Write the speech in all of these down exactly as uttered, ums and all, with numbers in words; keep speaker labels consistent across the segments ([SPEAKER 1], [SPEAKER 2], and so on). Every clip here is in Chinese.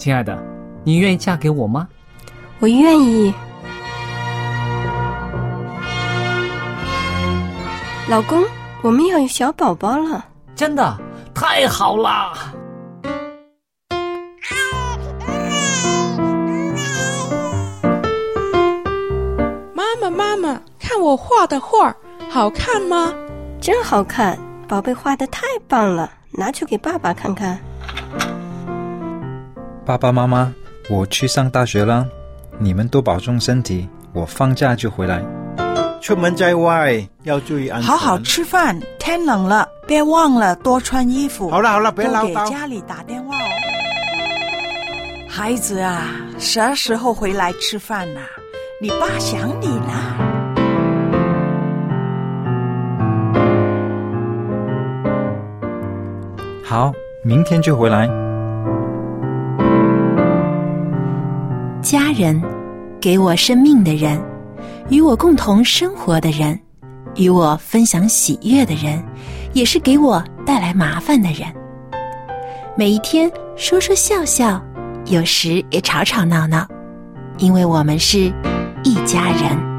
[SPEAKER 1] 亲爱的，你愿意嫁给我吗？
[SPEAKER 2] 我愿意。老公，我们要有小宝宝了。
[SPEAKER 1] 真的？太好了！
[SPEAKER 3] 妈妈，妈妈，看我画的画，好看吗？
[SPEAKER 2] 真好看，宝贝画得太棒了，拿去给爸爸看看。
[SPEAKER 4] 爸爸妈妈，我去上大学了，你们多保重身体，我放假就回来。
[SPEAKER 5] 出门在外要注意安全。
[SPEAKER 6] 好好吃饭，天冷了，别忘了多穿衣服。
[SPEAKER 5] 好了好了，别唠叨。
[SPEAKER 6] 多给家里打电话哦。孩子啊，啥时候回来吃饭啊？你爸想你呢。
[SPEAKER 4] 好，明天就回来。
[SPEAKER 7] 家人，给我生命的人，与我共同生活的人，与我分享喜悦的人，也是给我带来麻烦的人。每一天说说笑笑，有时也吵吵闹闹，因为我们是一家人。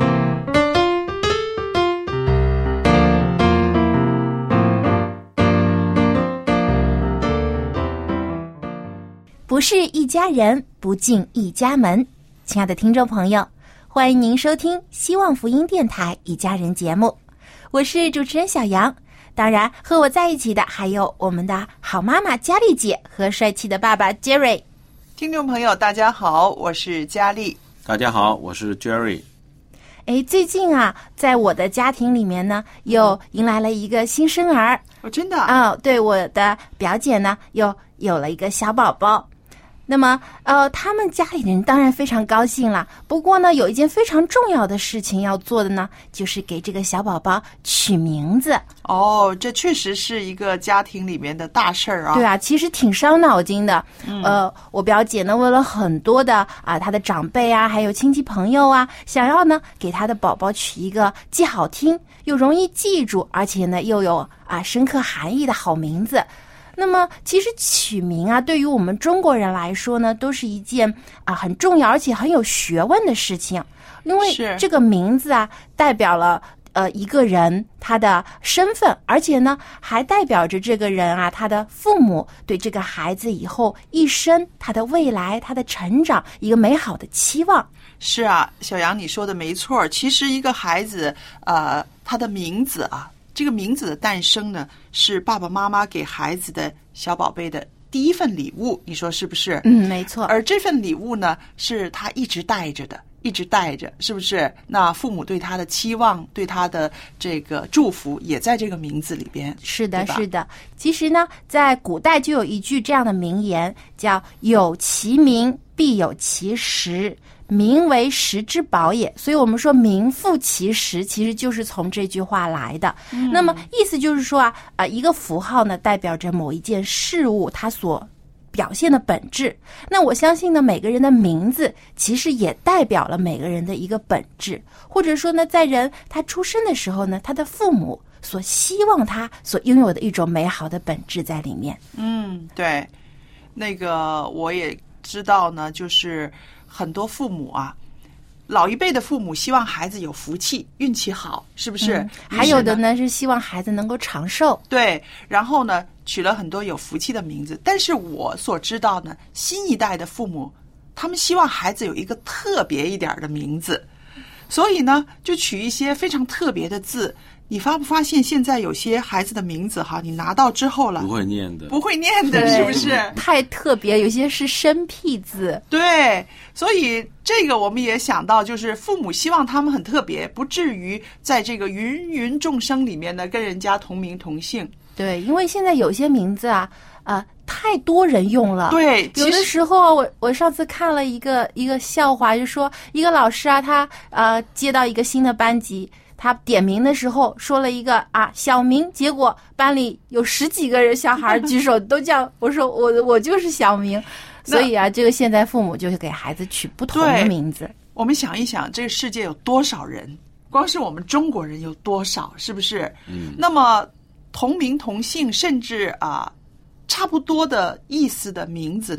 [SPEAKER 7] 不是一家人，不进一家门。亲爱的听众朋友，欢迎您收听希望福音电台一家人节目，我是主持人小杨。当然和我在一起的还有我们的好妈妈佳丽姐和帅气的爸爸 Jerry。
[SPEAKER 8] 听众朋友大家好，我是佳丽。
[SPEAKER 9] 大家好，我是 Jerry。
[SPEAKER 7] 哎，最近啊在我的家庭里面呢又迎来了一个新生儿。
[SPEAKER 8] 哦，真的？
[SPEAKER 7] 哦，对，我的表姐呢又有了一个小宝宝。那么呃，他们家里人当然非常高兴了，不过呢有一件非常重要的事情要做的呢，就是给这个小宝宝取名字。
[SPEAKER 8] 哦，这确实是一个家庭里面的大事儿啊。
[SPEAKER 7] 对啊，其实挺伤脑筋的。嗯、呃，我表姐呢为了很多的啊她的长辈啊还有亲戚朋友啊，想要呢给她的宝宝取一个既好听又容易记住，而且呢又有啊深刻含义的好名字。那么其实取名啊对于我们中国人来说呢都是一件啊很重要而且很有学问的事情，因为这个名字啊代表了呃一个人他的身份，而且呢还代表着这个人啊他的父母对这个孩子以后一生他的未来他的成长一个美好的期望。
[SPEAKER 8] 是啊，小杨你说的没错，其实一个孩子呃他的名字啊，这个名字的诞生呢，是爸爸妈妈给孩子的小宝贝的第一份礼物，你说是不是？
[SPEAKER 7] 嗯，没错。
[SPEAKER 8] 而这份礼物呢，是他一直带着的，一直带着，是不是？那父母对他的期望，对他的这个祝福，也在这个名字里边。
[SPEAKER 7] 是的，是的。其实呢，在古代就有一句这样的名言，叫“有其名，必有其实”。名为实之宝也，所以我们说名副其实，其实就是从这句话来的。嗯、那么意思就是说啊，啊、呃，一个符号呢，代表着某一件事物它所表现的本质。那我相信呢，每个人的名字其实也代表了每个人的一个本质，或者说呢，在人他出生的时候呢，他的父母所希望他所拥有的一种美好的本质在里面。
[SPEAKER 8] 嗯，对，那个我也知道呢，就是很多父母啊，老一辈的父母希望孩子有福气运气好，是不是、嗯、
[SPEAKER 7] 还有的呢是希望孩子能够长寿。
[SPEAKER 8] 对，然后呢取了很多有福气的名字。但是我所知道呢，新一代的父母他们希望孩子有一个特别一点的名字，所以呢就取一些非常特别的字。你发不发现现在有些孩子的名字哈，你拿到之后了
[SPEAKER 9] 不会念的，
[SPEAKER 8] 不会念的，是不是？
[SPEAKER 7] 太特别，有些是生僻字。
[SPEAKER 8] 对，所以这个我们也想到，就是父母希望他们很特别，不至于在这个芸芸众生里面呢跟人家同名同姓。
[SPEAKER 7] 对，因为现在有些名字啊，啊、呃，太多人用了。
[SPEAKER 8] 对，
[SPEAKER 7] 有的时候我我上次看了一个一个笑话，就说一个老师啊，他呃接到一个新的班级。他点名的时候说了一个啊小明，结果班里有十几个人小孩举手都叫我说我我就是小明，所以啊，这个现在父母就给孩子取不同的名字。
[SPEAKER 8] 我们想一想，这个世界有多少人？光是我们中国人有多少？是不是？嗯。那么同名同姓，甚至啊差不多的意思的名字呢，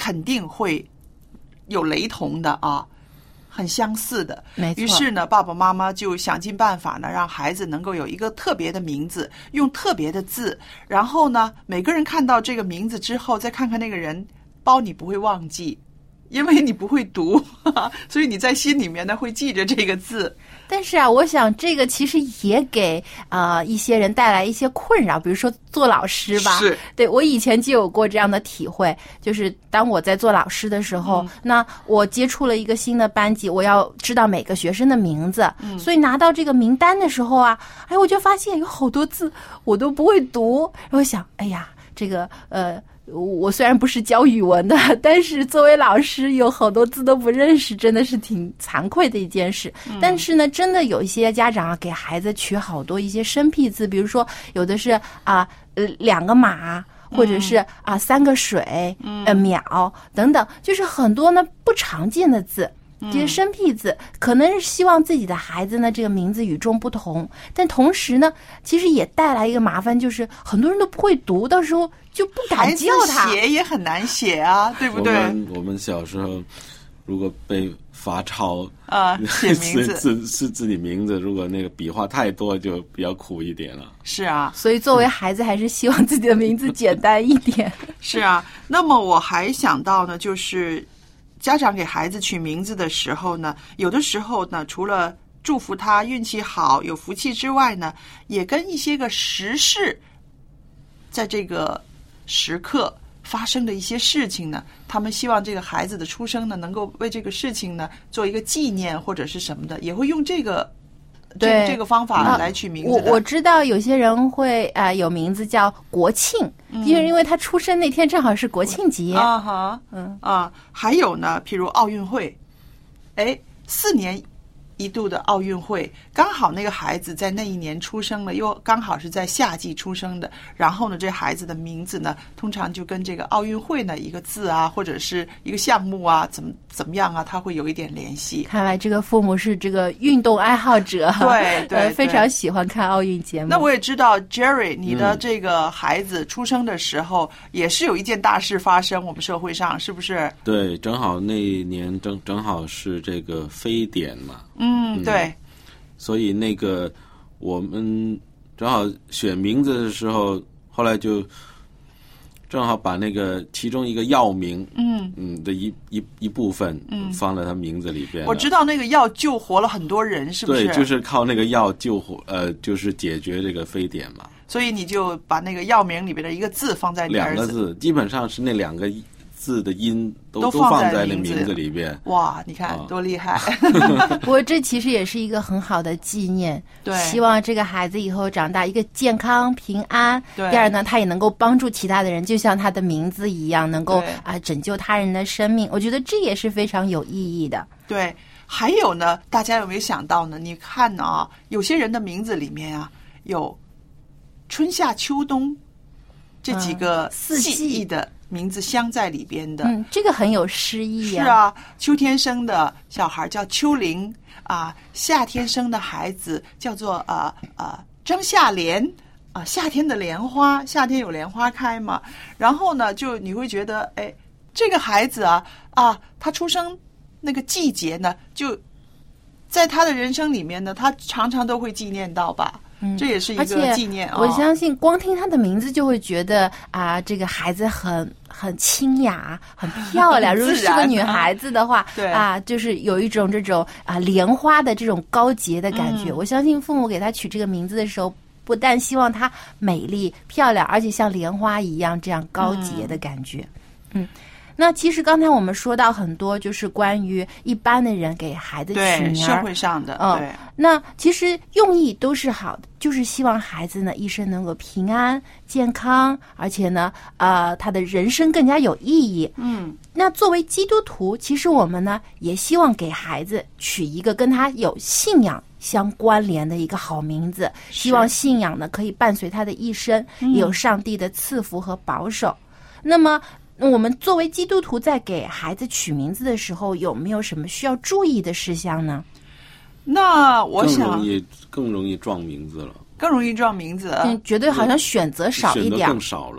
[SPEAKER 8] 肯定会有雷同的啊，很相似的。
[SPEAKER 7] 没错。
[SPEAKER 8] 于是呢，爸爸妈妈就想尽办法呢，让孩子能够有一个特别的名字，用特别的字，然后呢，每个人看到这个名字之后，再看看那个人，包你不会忘记。因为你不会读，所以你在心里面呢会记着这个字。
[SPEAKER 7] 但是啊，我想这个其实也给呃一些人带来一些困扰，比如说做老师吧。
[SPEAKER 8] 是，
[SPEAKER 7] 对，我以前就有过这样的体会，就是当我在做老师的时候，嗯、那我接触了一个新的班级，我要知道每个学生的名字，嗯、所以拿到这个名单的时候啊，哎，我就发现有好多字我都不会读，然后想，哎呀，这个呃。我虽然不是教语文的，但是作为老师有好多字都不认识，真的是挺惭愧的一件事。嗯、但是呢，真的有一些家长啊，给孩子取好多一些生僻字，比如说有的是啊呃两个马，或者是啊三个水，嗯、呃秒等等，就是很多呢不常见的字。这些生僻字可能是希望自己的孩子呢这个名字与众不同，但同时呢其实也带来一个麻烦，就是很多人都不会读，到时候就不敢叫他，
[SPEAKER 8] 孩子写也很难写啊，对不对？
[SPEAKER 9] 我们我们小时候如果被罚抄
[SPEAKER 8] 啊，写名字
[SPEAKER 9] 是是自己名字，如果那个笔画太多就比较苦一点了。
[SPEAKER 8] 是啊，
[SPEAKER 7] 所以作为孩子还是希望自己的名字简单一点。
[SPEAKER 8] 是啊，那么我还想到呢，就是家长给孩子取名字的时候呢，有的时候呢，除了祝福他运气好、有福气之外呢，也跟一些个时事，在这个时刻发生的一些事情呢，他们希望这个孩子的出生呢，能够为这个事情呢做一个纪念或者是什么的，也会用这个
[SPEAKER 7] 对
[SPEAKER 8] 这个方法来取名字的。
[SPEAKER 7] 啊、我我知道有些人会啊、呃、有名字叫国庆，嗯、因为因为他出生那天正好是国庆节
[SPEAKER 8] 啊哈，嗯啊，还有呢，譬如奥运会，哎，四年一度的奥运会，刚好那个孩子在那一年出生了，又刚好是在夏季出生的，然后呢，这孩子的名字呢，通常就跟这个奥运会呢一个字啊，或者是一个项目啊，怎么怎么样啊，他会有一点联系。
[SPEAKER 7] 看来这个父母是这个运动爱好者，
[SPEAKER 8] 对 对,
[SPEAKER 7] 对，非常喜欢看奥运节目。
[SPEAKER 8] 那我也知道 Jerry， 你的这个孩子出生的时候，嗯、也是有一件大事发生，我们社会上是不是？
[SPEAKER 9] 对，正好那一年正正好是这个非典嘛。
[SPEAKER 8] 嗯，对，
[SPEAKER 9] 所以那个我们正好选名字的时候，后来就正好把那个其中一个药名，嗯嗯的一一一部分，嗯，放在他名字里边。
[SPEAKER 8] 我知道那个药救活了很多人，是不是？
[SPEAKER 9] 对，就是靠那个药救活，呃，就是解决这个非典嘛。
[SPEAKER 8] 所以你就把那个药名里边的一个字放在你儿子，
[SPEAKER 9] 两个字，基本上是那两个字的音都
[SPEAKER 8] 都
[SPEAKER 9] 放在那名字里边。
[SPEAKER 8] 哇，你看、啊、多厉害！
[SPEAKER 7] 不过这其实也是一个很好的纪念。
[SPEAKER 8] 对，
[SPEAKER 7] 希望这个孩子以后长大一个健康平安。对，第二呢，他也能够帮助其他的人，就像他的名字一样，能够啊、呃、拯救他人的生命。我觉得这也是非常有意义的。
[SPEAKER 8] 对，还有呢，大家有没有想到呢？你看啊，有些人的名字里面啊，有春夏秋冬这几个记忆的。名字镶在里边的，
[SPEAKER 7] 嗯，这个很有诗意
[SPEAKER 8] 呀、啊。是啊，秋天生的小孩叫秋玲啊，夏天生的孩子叫做啊啊张夏莲啊，夏天的莲花，夏天有莲花开嘛。然后呢，就你会觉得，哎，这个孩子啊啊，他出生那个季节呢，就在他的人生里面呢，他常常都会纪念到吧。嗯，这也是一个纪念啊！
[SPEAKER 7] 我相信光听他的名字就会觉得啊，这个孩子很很清雅、很漂亮。如果是个女孩子的话，
[SPEAKER 8] 对
[SPEAKER 7] 啊，就是有一种这种啊莲花的这种高洁的感觉。
[SPEAKER 8] 嗯、
[SPEAKER 7] 我相信父母给他取这个名字的时候，不但希望她美丽漂亮，而且像莲花一样这样高洁的感觉。嗯。嗯，那其实刚才我们说到很多，就是关于一般的人给孩子取名，
[SPEAKER 8] 对社会上的，
[SPEAKER 7] 嗯，
[SPEAKER 8] 对。
[SPEAKER 7] 那其实用意都是好的，就是希望孩子呢一生能够平安健康，而且呢，呃，他的人生更加有意义。
[SPEAKER 8] 嗯，
[SPEAKER 7] 那作为基督徒，其实我们呢也希望给孩子取一个跟他有信仰相关联的一个好名字，希望信仰呢可以伴随他的一生，也有上帝的赐福和保守。嗯、那么。那我们作为基督徒在给孩子取名字的时候，有没有什么需要注意的事项呢？
[SPEAKER 8] 那我想
[SPEAKER 9] 更容易更容易撞名字了，
[SPEAKER 8] 更容易撞名字，
[SPEAKER 7] 嗯，绝对好像选择少一点，
[SPEAKER 9] 选择更少了。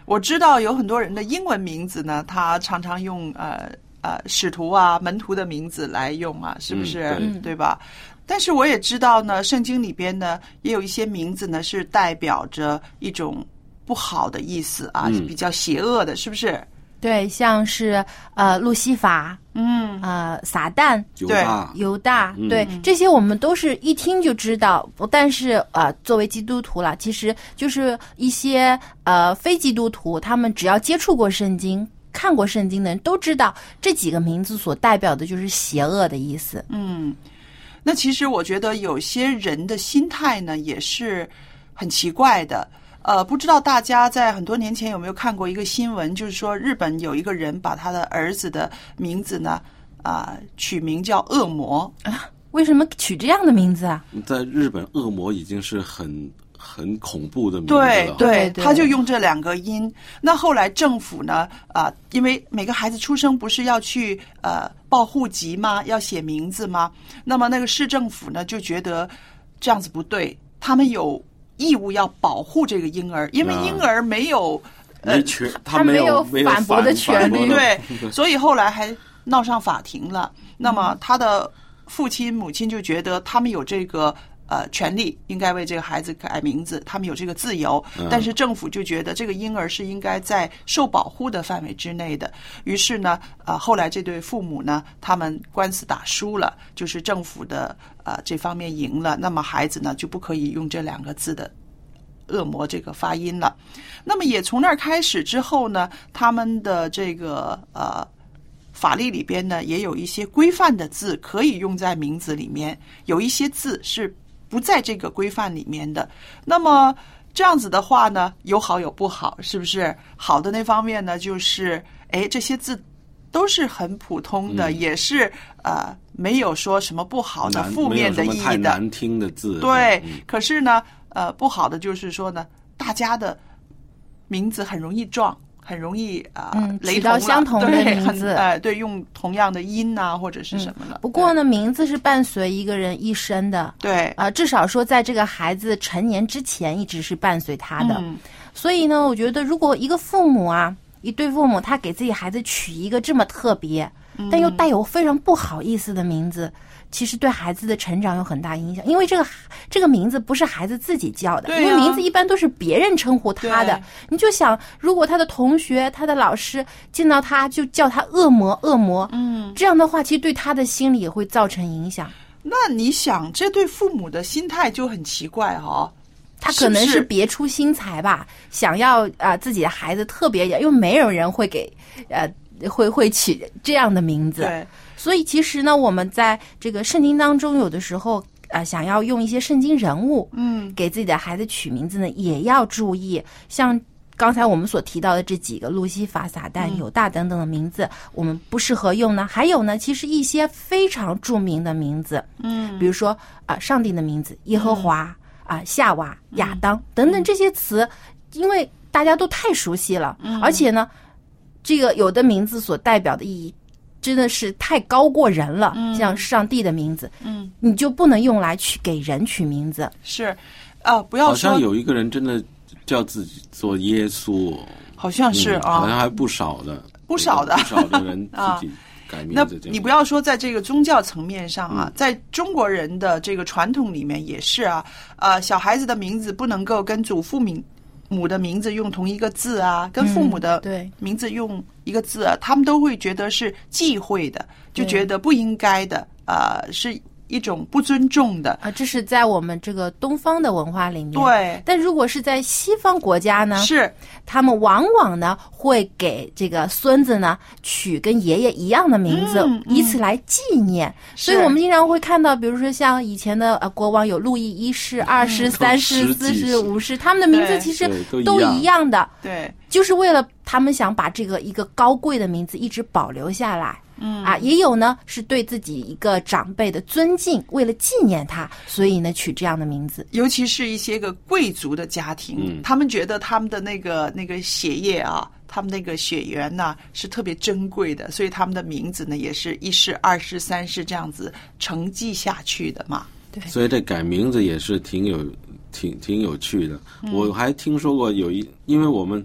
[SPEAKER 8] 我知道有很多人的英文名字呢，他常常用呃呃使徒啊、门徒的名字来用啊，是不是？
[SPEAKER 9] 嗯、对,
[SPEAKER 8] 对吧？但是我也知道呢，圣经里边呢也有一些名字呢是代表着一种不好的意思啊，
[SPEAKER 9] 嗯、
[SPEAKER 8] 比较邪恶的，是不是？
[SPEAKER 7] 对，像是呃路西法，
[SPEAKER 8] 嗯，
[SPEAKER 7] 呃撒旦，
[SPEAKER 9] 犹大，
[SPEAKER 7] 犹大，
[SPEAKER 9] 嗯、
[SPEAKER 7] 对，这些我们都是一听就知道。但是呃，作为基督徒啦，其实就是一些呃非基督徒，他们只要接触过圣经、看过圣经的人都知道，这几个名字所代表的就是邪恶的意思。
[SPEAKER 8] 嗯，那其实我觉得有些人的心态呢，也是很奇怪的。呃，不知道大家在很多年前有没有看过一个新闻，就是说日本有一个人把他的儿子的名字呢，啊、呃，取名叫恶魔
[SPEAKER 7] 啊？为什么取这样的名字啊？
[SPEAKER 9] 在日本，恶魔已经是很很恐怖的名字了。
[SPEAKER 8] 对对，
[SPEAKER 7] 对，
[SPEAKER 8] 他就用这两个音。那后来政府呢，啊、呃，因为每个孩子出生不是要去呃报户籍吗？要写名字吗？那么那个市政府呢就觉得这样子不对，他们有义务要保护这个婴儿，因为婴儿没有、
[SPEAKER 9] 嗯、没权，
[SPEAKER 7] 他
[SPEAKER 9] 没
[SPEAKER 7] 有
[SPEAKER 9] 反
[SPEAKER 7] 驳的权利，
[SPEAKER 8] 对，所以后来还闹上法庭了。那么他的父亲、母亲就觉得他们有这个呃权利，应该为这个孩子改名字，他们有这个自由。但是政府就觉得这个婴儿是应该在受保护的范围之内的。于是呢，呃，后来这对父母呢，他们官司打输了，就是政府的呃这方面赢了，那么孩子呢就不可以用这两个字的恶魔这个发音了。那么也从那儿开始之后呢，他们的这个呃法律里边呢也有一些规范的字可以用在名字里面，有一些字是不在这个规范里面的。那么这样子的话呢，有好有不好，是不是？好的那方面呢，就是哎这些字都是很普通的，嗯、也是呃没有说什么不好的负面的意义的，
[SPEAKER 9] 没有什么太难听的字。
[SPEAKER 8] 对，
[SPEAKER 9] 嗯、
[SPEAKER 8] 可是呢，呃，不好的就是说呢，大家的名字很容易撞，很容易啊、呃
[SPEAKER 7] 嗯、
[SPEAKER 8] 雷同了，
[SPEAKER 7] 相同的名字，
[SPEAKER 8] 哎、呃，对，用同样的音啊或者是什么了。
[SPEAKER 7] 嗯、不过呢，名字是伴随一个人一生的，
[SPEAKER 8] 对
[SPEAKER 7] 啊、呃，至少说在这个孩子成年之前一直是伴随他的。
[SPEAKER 8] 嗯、
[SPEAKER 7] 所以呢，我觉得如果一个父母啊。一对父母，他给自己孩子取一个这么特别，但又带有非常不好意思的名字，其实对孩子的成长有很大影响。因为这个这个名字不是孩子自己叫的，
[SPEAKER 8] 啊、
[SPEAKER 7] 因为名字一般都是别人称呼他的。你就想，如果他的同学、他的老师见到他就叫他恶魔、恶魔，嗯，这样的话，其实对他的心理也会造成影响。
[SPEAKER 8] 那你想，这对父母的心态就很奇怪哦。
[SPEAKER 7] 他可能是别出心裁吧，是是想要啊、呃、自己的孩子特别，因为没有人会给呃会会取这样的名字。
[SPEAKER 8] 对，
[SPEAKER 7] 所以其实呢，我们在这个圣经当中，有的时候呃想要用一些圣经人物，嗯，给自己的孩子取名字呢，也要注意，像刚才我们所提到的这几个路西法、撒旦、犹大等等的名字，嗯、我们不适合用呢。还有呢，其实一些非常著名的名字，嗯，比如说啊、呃，上帝的名字耶和华。嗯啊，夏娃、亚当等等这些词，嗯、因为大家都太熟悉了，嗯、而且呢，这个有的名字所代表的意义真的是太高过人了，嗯、像上帝的名字，嗯，你就不能用来去给人取名字。
[SPEAKER 8] 是，啊，不要说。
[SPEAKER 9] 好像有一个人真的叫自己做耶稣，
[SPEAKER 8] 好像是啊、
[SPEAKER 9] 嗯，好像还不少的，
[SPEAKER 8] 不少的，
[SPEAKER 9] 不少的人自己。
[SPEAKER 8] 那你不要说在这个宗教层面上啊，嗯、在中国人的这个传统里面也是啊，呃，小孩子的名字不能够跟祖父名母的名字用同一个字啊，跟父母的名字用一个字啊，嗯、他们都会觉得是忌讳的，就觉得不应该的，呃，是一种不尊重的
[SPEAKER 7] 啊，这是在我们这个东方的文化里面。
[SPEAKER 8] 对，
[SPEAKER 7] 但如果是在西方国家呢，
[SPEAKER 8] 是
[SPEAKER 7] 他们往往呢会给这个孙子呢取跟爷爷一样的名字，嗯、以此来纪念。所以我们经常会看到，比如说像以前的呃国王有路易一世、二世、三世、四世、五世，他们的名字其实都一样的，
[SPEAKER 8] 对，
[SPEAKER 7] 就是为了他们想把这个一个高贵的名字一直保留下来。嗯啊，也有呢，是对自己一个长辈的尊敬，为了纪念他，所以呢取这样的名字。
[SPEAKER 8] 尤其是一些个贵族的家庭，嗯、他们觉得他们的那个那个血液啊，他们那个血缘呐、啊、是特别珍贵的，所以他们的名字呢也是一世、二世、三世这样子承继下去的嘛。
[SPEAKER 7] 对，
[SPEAKER 9] 所以这改名字也是挺有挺挺有趣的。嗯、我还听说过有一，因为我们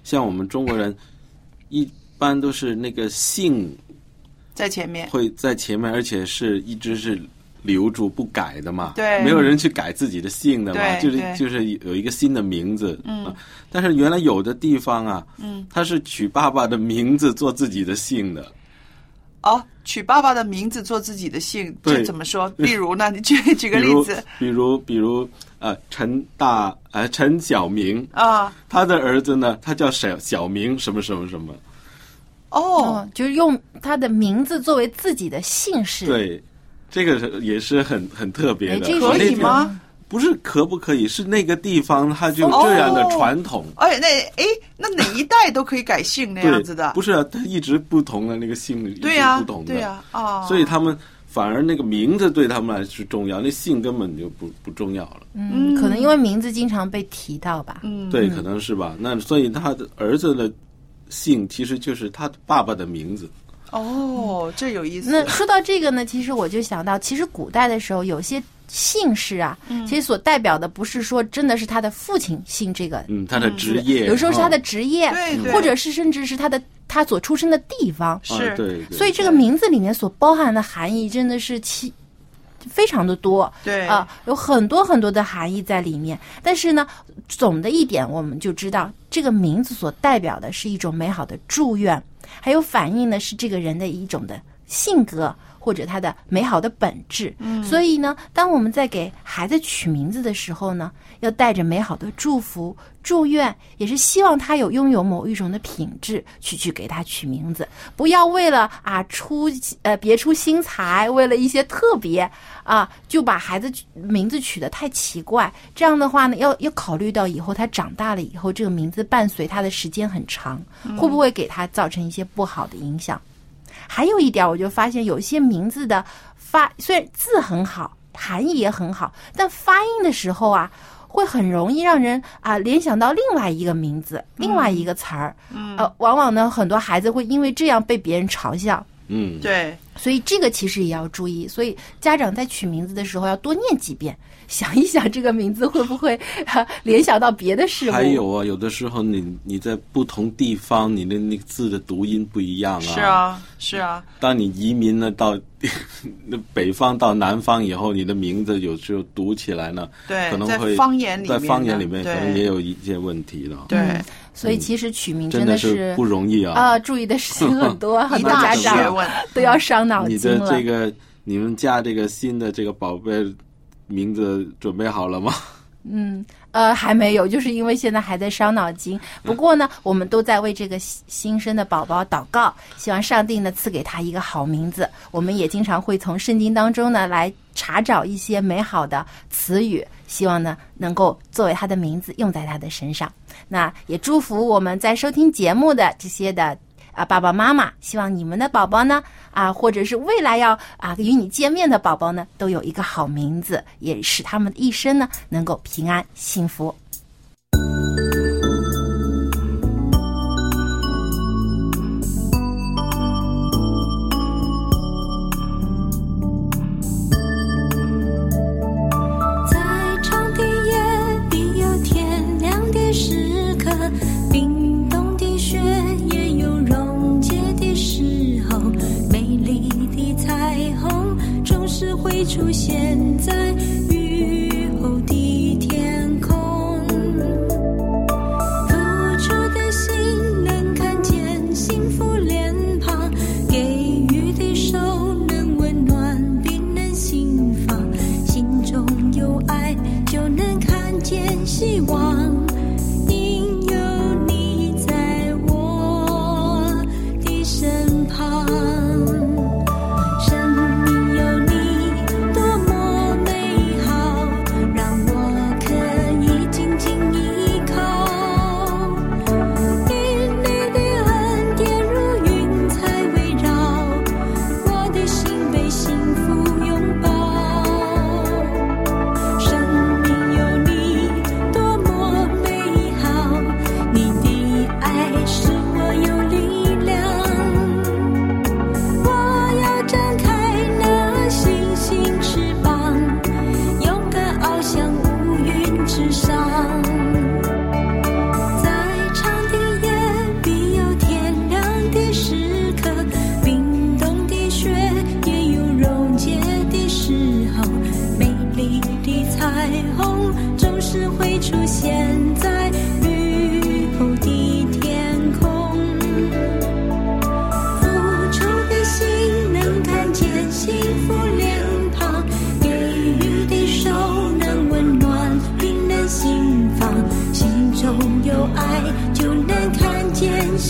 [SPEAKER 9] 像我们中国人一般都是那个姓
[SPEAKER 8] 在前面，
[SPEAKER 9] 会在前面，而且是一直是留住不改的嘛，
[SPEAKER 8] 对，
[SPEAKER 9] 没有人去改自己的姓的嘛，就是
[SPEAKER 8] 对
[SPEAKER 9] 就是有一个新的名字，
[SPEAKER 8] 嗯、
[SPEAKER 9] 啊，但是原来有的地方啊，
[SPEAKER 8] 嗯，
[SPEAKER 9] 他是取爸爸的名字做自己的姓的。
[SPEAKER 8] 哦，取爸爸的名字做自己的姓，这怎么说？比如呢？你举举个例子。
[SPEAKER 9] 比如，比如，呃，陈大，呃，陈小明
[SPEAKER 8] 啊，
[SPEAKER 9] 他的儿子呢，他叫小小明什么什么什么。
[SPEAKER 8] 哦，
[SPEAKER 7] 就是用他的名字作为自己的姓氏。
[SPEAKER 9] 对，这个也是很很特别的。
[SPEAKER 8] 可以吗？
[SPEAKER 9] 不是可不可以，是那个地方它就这样的传统。
[SPEAKER 8] 哎、哦，那哎，那哪一代都可以改姓那样子的？
[SPEAKER 9] 不是啊，它一直不同的那个姓，
[SPEAKER 8] 对呀、
[SPEAKER 9] 不同的，
[SPEAKER 8] 对呀、啊，哦，
[SPEAKER 9] 所以他们反而那个名字对他们来说重要，那姓根本就不不重要了。
[SPEAKER 7] 嗯，可能因为名字经常被提到吧。
[SPEAKER 8] 嗯，
[SPEAKER 9] 对，可能是吧。那所以他的儿子的姓其实就是他爸爸的名字。
[SPEAKER 8] 哦，这有意思。
[SPEAKER 7] 那说到这个呢，其实我就想到，其实古代的时候有些姓氏啊，嗯、其实所代表的不是说真的是他的父亲姓这个，
[SPEAKER 9] 嗯，他的职业，
[SPEAKER 7] 有时候是他的职业，
[SPEAKER 8] 哦、
[SPEAKER 7] 或者是甚至是他的他所出生的地方，
[SPEAKER 8] 是，
[SPEAKER 9] 啊、对, 对。
[SPEAKER 7] 所以这个名字里面所包含的含义真的是其非常的多，
[SPEAKER 8] 对
[SPEAKER 7] 啊、呃，有很多很多的含义在里面。但是呢，总的一点我们就知道，这个名字所代表的是一种美好的祝愿。还有反映呢是这个人的一种的性格或者他的美好的本质。嗯，所以呢，当我们在给孩子取名字的时候呢，要带着美好的祝福、祝愿，也是希望他有拥有某一种的品质去去给他取名字，不要为了啊出呃别出心裁，为了一些特别啊就把孩子名字取得太奇怪。这样的话呢，要要考虑到以后他长大了以后，这个名字伴随他的时间很长，会不会给他造成一些不好的影响？还有一点，我就发现有一些名字的发虽然字很好，含义也很好，但发音的时候啊，会很容易让人啊联想到另外一个名字、嗯、另外一个词儿。嗯，呃，往往呢，很多孩子会因为这样被别人嘲笑。
[SPEAKER 9] 嗯，
[SPEAKER 8] 对，
[SPEAKER 7] 所以这个其实也要注意。所以家长在取名字的时候要多念几遍，想一想这个名字会不会、啊、联想到别的事物。
[SPEAKER 9] 还有啊，有的时候你你在不同地方，你的那个字的读音不一样啊。
[SPEAKER 8] 是啊，是啊。
[SPEAKER 9] 当你移民了到北方到南方以后，你的名字有时候读起来呢，
[SPEAKER 8] 对，
[SPEAKER 9] 可能会
[SPEAKER 8] 在方言里面，
[SPEAKER 9] 在方言里面可能也有一些问题了。
[SPEAKER 8] 对。
[SPEAKER 7] 嗯，所以其实取名
[SPEAKER 9] 真
[SPEAKER 7] 的
[SPEAKER 9] 是不容易啊！
[SPEAKER 7] 啊，注意的事情很多，很多家长都要伤脑筋了。
[SPEAKER 9] 你的这个，你们家这个新的这个宝贝名字准备好了吗？
[SPEAKER 7] 嗯，呃，还没有，就是因为现在还在伤脑筋。不过呢，我们都在为这个新生的宝宝祷告，希望上帝呢赐给他一个好名字。我们也经常会从圣经当中呢来查找一些美好的词语，希望呢能够作为他的名字用在他的身上。那也祝福我们在收听节目的这些的啊爸爸妈妈，希望你们的宝宝呢啊，或者是未来要啊与你见面的宝宝呢，都有一个好名字，也使他们的一生呢能够平安幸福。
[SPEAKER 10] 出现在雨后的天空，付出的心能看见幸福脸庞，给予的手能温暖冰冷心房，心中有爱就能看见希望，因有你在我的身旁。生命有你多么美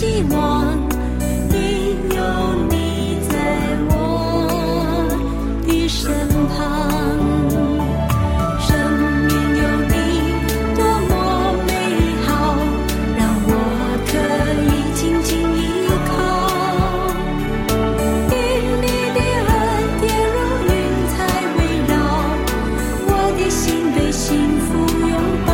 [SPEAKER 10] 希望，因有你在我的身旁。生命有你多么美好，让我可以紧紧依靠。因你的恩典如云彩围绕，我的心被幸福拥抱。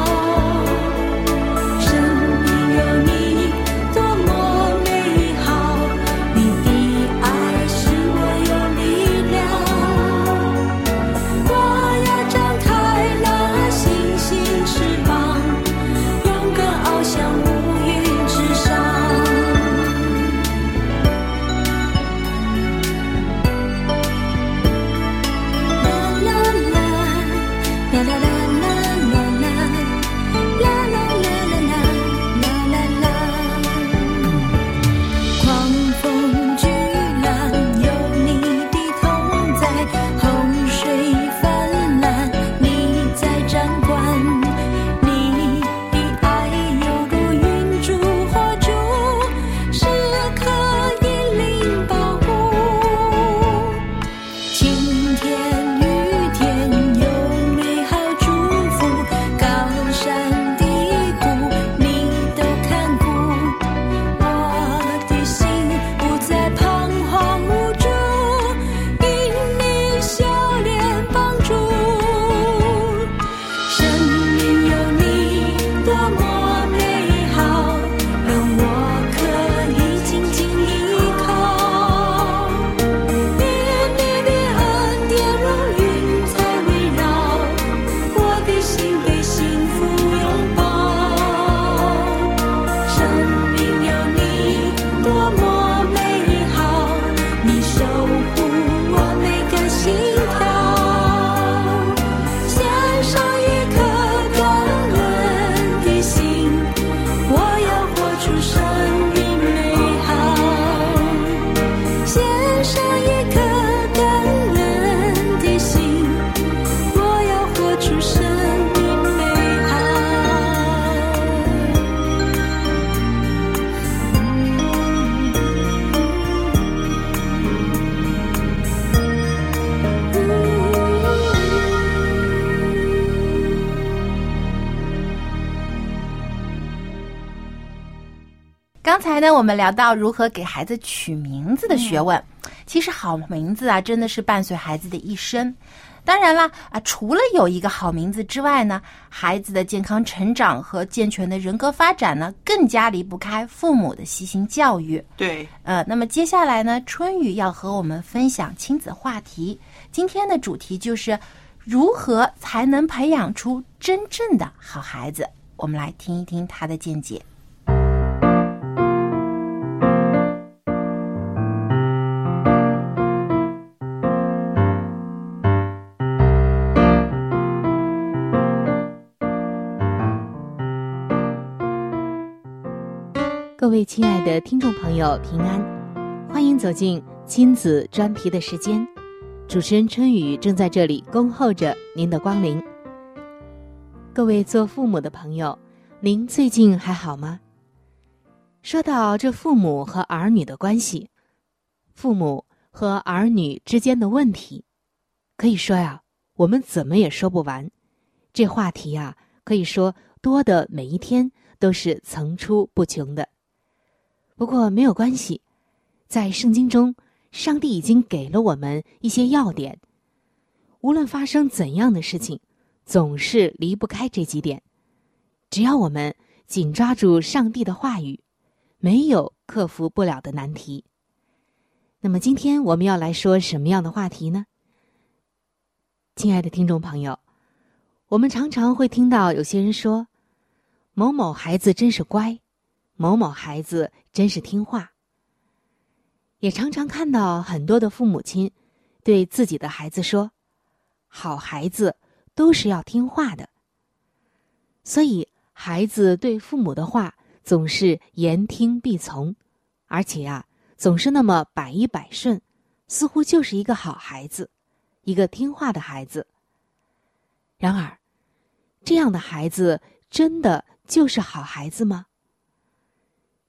[SPEAKER 10] 生命有你多么美好，你的爱使我有力量。我要张开那星星翅膀，勇敢翱翔乌云之上。啦啦啦，啦啦啦啦啦啦，啦啦啦啦啦，啦啦啦。狂风巨浪有你的同在，洪水泛滥你在掌管。你的爱犹如云柱火柱，时刻引领保护。晴天雨天有美好祝福，高山低谷你都看顾。我的心不再彷徨无助，因你笑脸帮助。生命有你多么美好，让我可以紧紧依靠。因你的恩典如云彩围绕，我的心被幸福拥抱。生命有你多么美好，你守护我每个心跳。献上一颗感恩的心，我要活出生命美好。献上一颗感恩的心，我要活出生命美好。
[SPEAKER 7] 刚才呢，我们聊到如何给孩子取名字的学问。其实好名字啊，真的是伴随孩子的一生。当然啦，啊，除了有一个好名字之外呢，孩子的健康成长和健全的人格发展呢，更加离不开父母的悉心教育。
[SPEAKER 8] 对，
[SPEAKER 7] 呃，那么接下来呢，春雨要和我们分享亲子话题。今天的主题就是如何才能培养出真正的好孩子。我们来听一听他的见解。
[SPEAKER 11] 各位亲爱的听众朋友，平安，欢迎走进亲子专题的时间。主持人春雨正在这里恭候着您的光临。各位做父母的朋友，您最近还好吗？说到这父母和儿女的关系，父母和儿女之间的问题，可以说呀，我们怎么也说不完。这话题啊，可以说多的每一天都是层出不穷的。不过没有关系，在圣经中，上帝已经给了我们一些要点。无论发生怎样的事情，总是离不开这几点。只要我们紧抓住上帝的话语，没有克服不了的难题。那么今天我们要来说什么样的话题呢？亲爱的听众朋友，我们常常会听到有些人说，某某孩子真是乖，某某孩子真是听话。也常常看到很多的父母亲对自己的孩子说，好孩子都是要听话的。所以孩子对父母的话总是言听必从，而且啊，总是那么百依百顺，似乎就是一个好孩子，一个听话的孩子。然而，这样的孩子真的就是好孩子吗？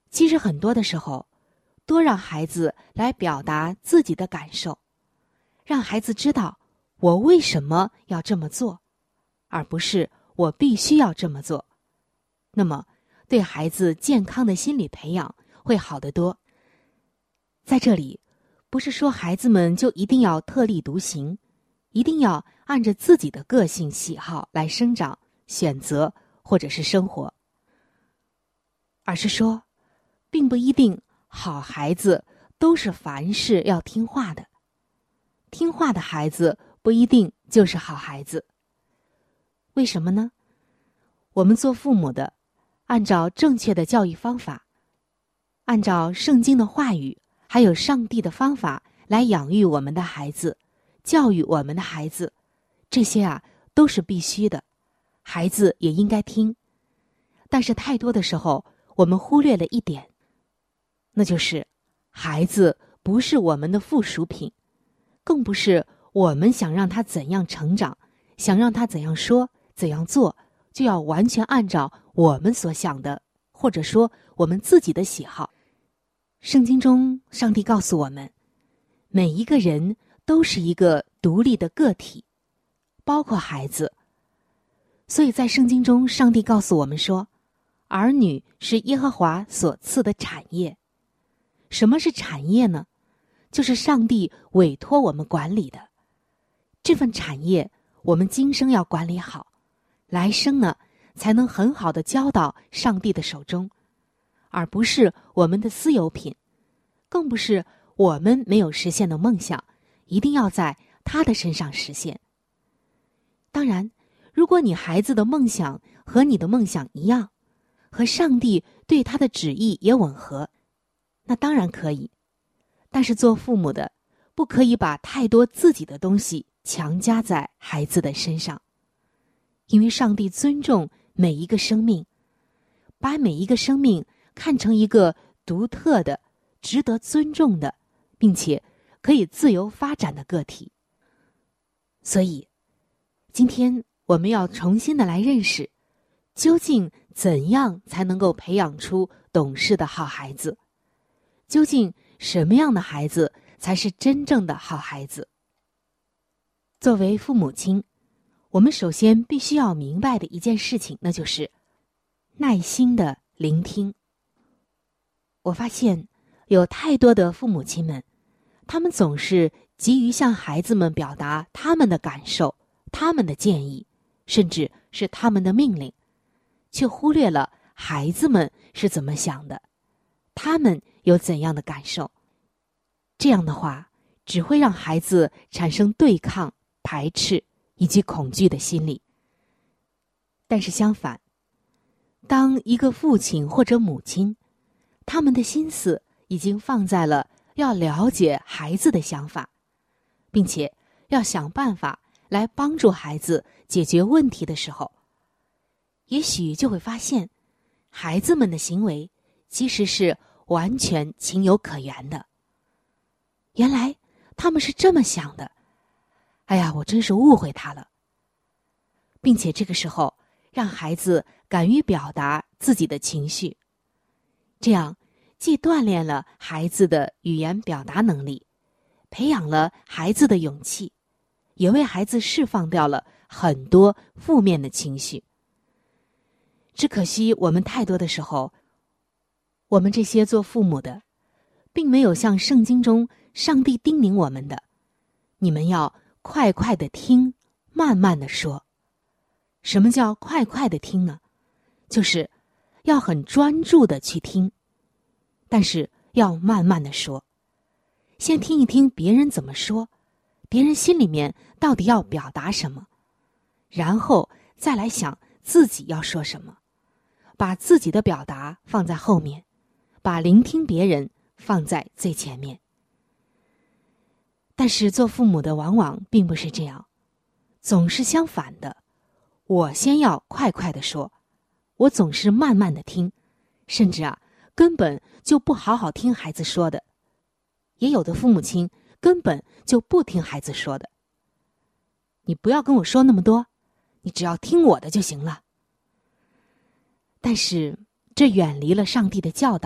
[SPEAKER 11] 其实很多的时候，多让孩子来表达自己的感受，让孩子知道我为什么要这么做，而不是我必须要这么做。那么对孩子健康的心理培养会好得多。在这里，不是说孩子们就一定要特立独行，一定要按着自己的个性喜好来生长、选择或者是生活，而是说并不一定好孩子都是凡事要听话的，听话的孩子不一定就是好孩子。为什么呢？我们做父母的，按照正确的教育方法，按照圣经的话语还有上帝的方法来养育我们的孩子，教育我们的孩子，这些啊都是必须的，孩子也应该听。但是太多的时候，我们忽略了一点，那就是孩子不是我们的附属品，更不是我们想让他怎样成长，想让他怎样说怎样做，就要完全按照我们所想的，或者说我们自己的喜好。圣经中上帝告诉我们，每一个人都是一个独立的个体，包括孩子。所以在圣经中上帝告诉我们说，儿女是耶和华所赐的产业。什么是产业呢？就是上帝委托我们管理的。这份产业我们今生要管理好，来生呢才能很好的交到上帝的手中，而不是我们的私有品，更不是我们没有实现的梦想一定要在他的身上实现。当然，如果你孩子的梦想和你的梦想一样，和上帝对他的旨意也吻合，那当然可以。但是做父母的不可以把太多自己的东西强加在孩子的身上，因为上帝尊重每一个生命，把每一个生命看成一个独特的、值得尊重的，并且可以自由发展的个体。所以今天我们要重新的来认识，究竟怎样才能够培养出懂事的好孩子，究竟什么样的孩子才是真正的好孩子。作为父母亲，我们首先必须要明白的一件事情，那就是耐心的聆听。我发现有太多的父母亲们，他们总是急于向孩子们表达他们的感受、他们的建议，甚至是他们的命令，却忽略了孩子们是怎么想的，他们有怎样的感受。这样的话，只会让孩子产生对抗、排斥以及恐惧的心理。但是相反，当一个父亲或者母亲，他们的心思已经放在了要了解孩子的想法，并且要想办法来帮助孩子解决问题的时候，也许就会发现，孩子们的行为其实是完全情有可原的。原来他们是这么想的，哎呀，我真是误会他了。并且这个时候让孩子敢于表达自己的情绪，这样既锻炼了孩子的语言表达能力，培养了孩子的勇气，也为孩子释放掉了很多负面的情绪。只可惜我们太多的时候，我们这些做父母的并没有像圣经中上帝叮咛我们的，你们要快快的听，慢慢的说。什么叫快快的听呢？就是要很专注的去听，但是要慢慢的说。先听一听别人怎么说，别人心里面到底要表达什么，然后再来想自己要说什么，把自己的表达放在后面，把聆听别人放在最前面。但是做父母的往往并不是这样，总是相反的。我先要快快地说，我总是慢慢地听，甚至啊，根本就不好好听孩子说的。也有的父母亲根本就不听孩子说的。你不要跟我说那么多，你只要听我的就行了。但是这远离了上帝的教导，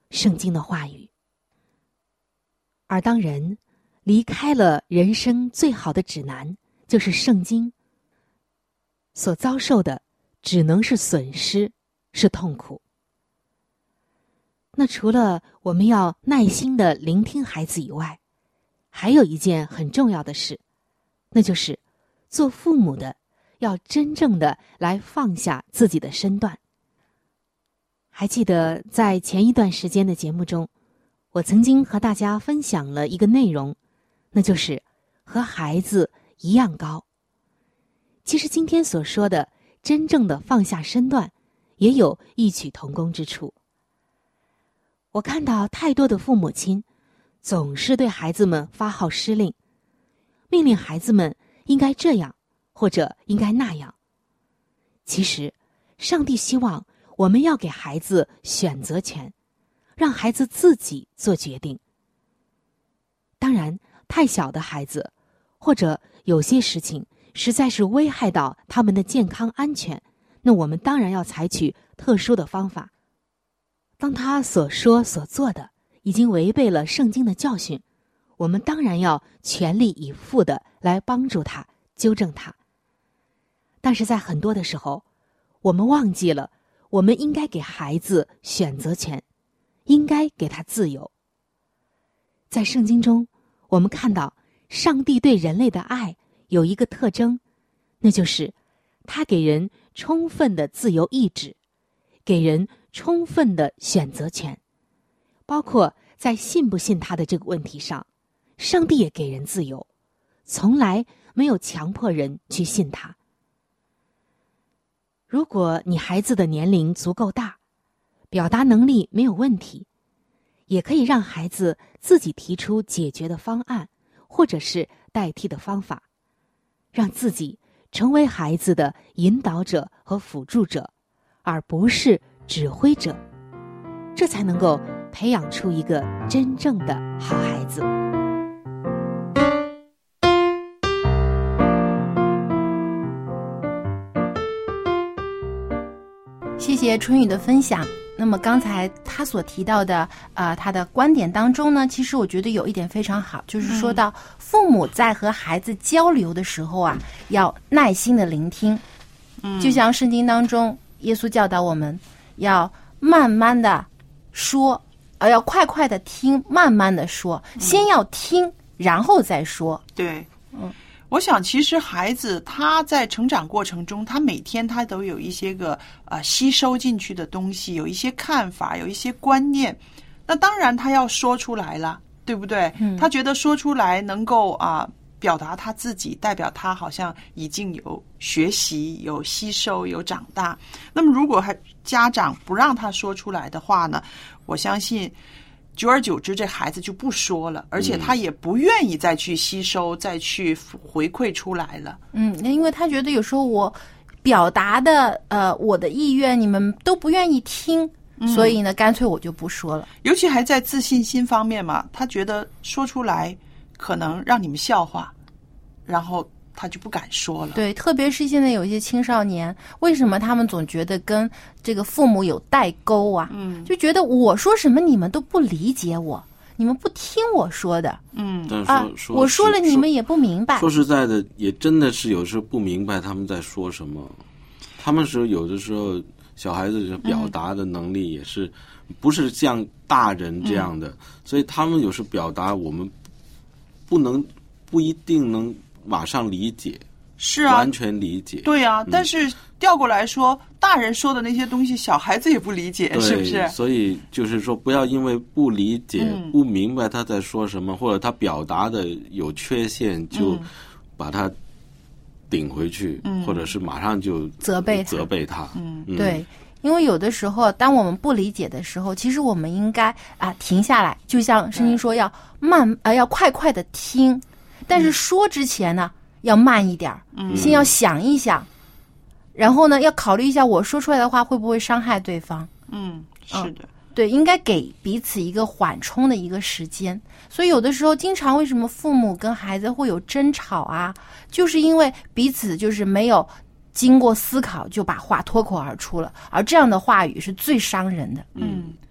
[SPEAKER 11] 圣经的话语。而当人离开了人生最好的指南，就是圣经，所遭受的只能是损失，是痛苦。那除了我们要耐心地聆听孩子以外，还有一件很重要的事，那就是做父母的要真正的来放下自己的身段。还记得在前一段时间的节目中，我曾经和大家分享了一个内容，那就是和孩子一样高。其实今天所说的真正的放下身段，也有异曲同工之处。我看到太多的父母亲总是对孩子们发号施令，命令孩子们应该这样或者应该那样。其实上帝希望我们要给孩子选择权，让孩子自己做决定。当然太小的孩子，或者有些事情实在是危害到他们的健康安全，那我们当然要采取特殊的方法。当他所说所做的已经违背了圣经的教训，我们当然要全力以赴的来帮助他，纠正他。但是在很多的时候，我们忘记了我们应该给孩子选择权，应该给他自由。在圣经中，我们看到上帝对人类的爱有一个特征，那就是他给人充分的自由意志，给人充分的选择权，包括在信不信他的这个问题上，上帝也给人自由，从来没有强迫人去信他。如果你孩子的年龄足够大，表达能力没有问题，也可以让孩子自己提出解决的方案，或者是代替的方法，让自己成为孩子的引导者和辅助者，而不是指挥者，这才能够培养出一个真正的好孩子。
[SPEAKER 7] 谢谢春雨的分享。那么刚才他所提到的呃，他的观点当中呢，其实我觉得有一点非常好，就是说到父母在和孩子交流的时候啊，要耐心的聆听。嗯，就像圣经当中耶稣教导我们要慢慢的说，呃，要快快的听，慢慢的说，先要听然后再说。
[SPEAKER 8] 对，嗯，我想其实孩子他在成长过程中，他每天他都有一些个呃吸收进去的东西，有一些看法，有一些观念，那当然他要说出来了，对不对？嗯，他觉得说出来能够啊、呃、表达他自己，代表他好像已经有学习、有吸收、有长大。那么如果还家长不让他说出来的话呢，我相信久而久之这孩子就不说了，而且他也不愿意再去吸收、嗯、再去回馈出来了。
[SPEAKER 7] 嗯，因为他觉得有时候我表达的呃我的意愿你们都不愿意听、嗯、所以呢干脆我就不说了。
[SPEAKER 8] 尤其还在自信心方面嘛，他觉得说出来可能让你们笑话，然后他就不敢说了。
[SPEAKER 7] 对，特别是现在有一些青少年，为什么他们总觉得跟这个父母有代沟啊？嗯，就觉得我说什么你们都不理解我，你们不听我说的。嗯，
[SPEAKER 9] 但说、
[SPEAKER 7] 啊、
[SPEAKER 9] 说
[SPEAKER 7] 我说了你们也不明白。
[SPEAKER 9] 说实在的，也真的是有时候不明白他们在说什么。他们是有的时候小孩子的表达的能力也是、嗯、不是像大人这样的、嗯，所以他们有时表达我们不能不一定能马上理解，
[SPEAKER 8] 是啊，
[SPEAKER 9] 完全理解，
[SPEAKER 8] 对啊、
[SPEAKER 9] 嗯。
[SPEAKER 8] 但是调过来说，大人说的那些东西，小孩子也不理解，是不是？
[SPEAKER 9] 所以就是说，不要因为不理解、嗯、不明白他在说什么，或者他表达的有缺陷，就把他顶回去，嗯、或者是马上就
[SPEAKER 7] 责备他
[SPEAKER 9] 责备他。
[SPEAKER 7] 嗯，嗯对。因为有的时候，当我们不理解的时候，其实我们应该啊停下来，就像圣经说，要慢呃要快快的听。但是说之前呢、嗯、要慢一点，嗯，先要想一想，然后呢要考虑一下我说出来的话会不会伤害对方。
[SPEAKER 8] 嗯，是的、嗯、
[SPEAKER 7] 对，应该给彼此一个缓冲的一个时间。所以有的时候经常为什么父母跟孩子会有争吵啊，就是因为彼此就是没有经过思考就把话脱口而出了，而这样的话语是最伤人的。
[SPEAKER 8] 嗯，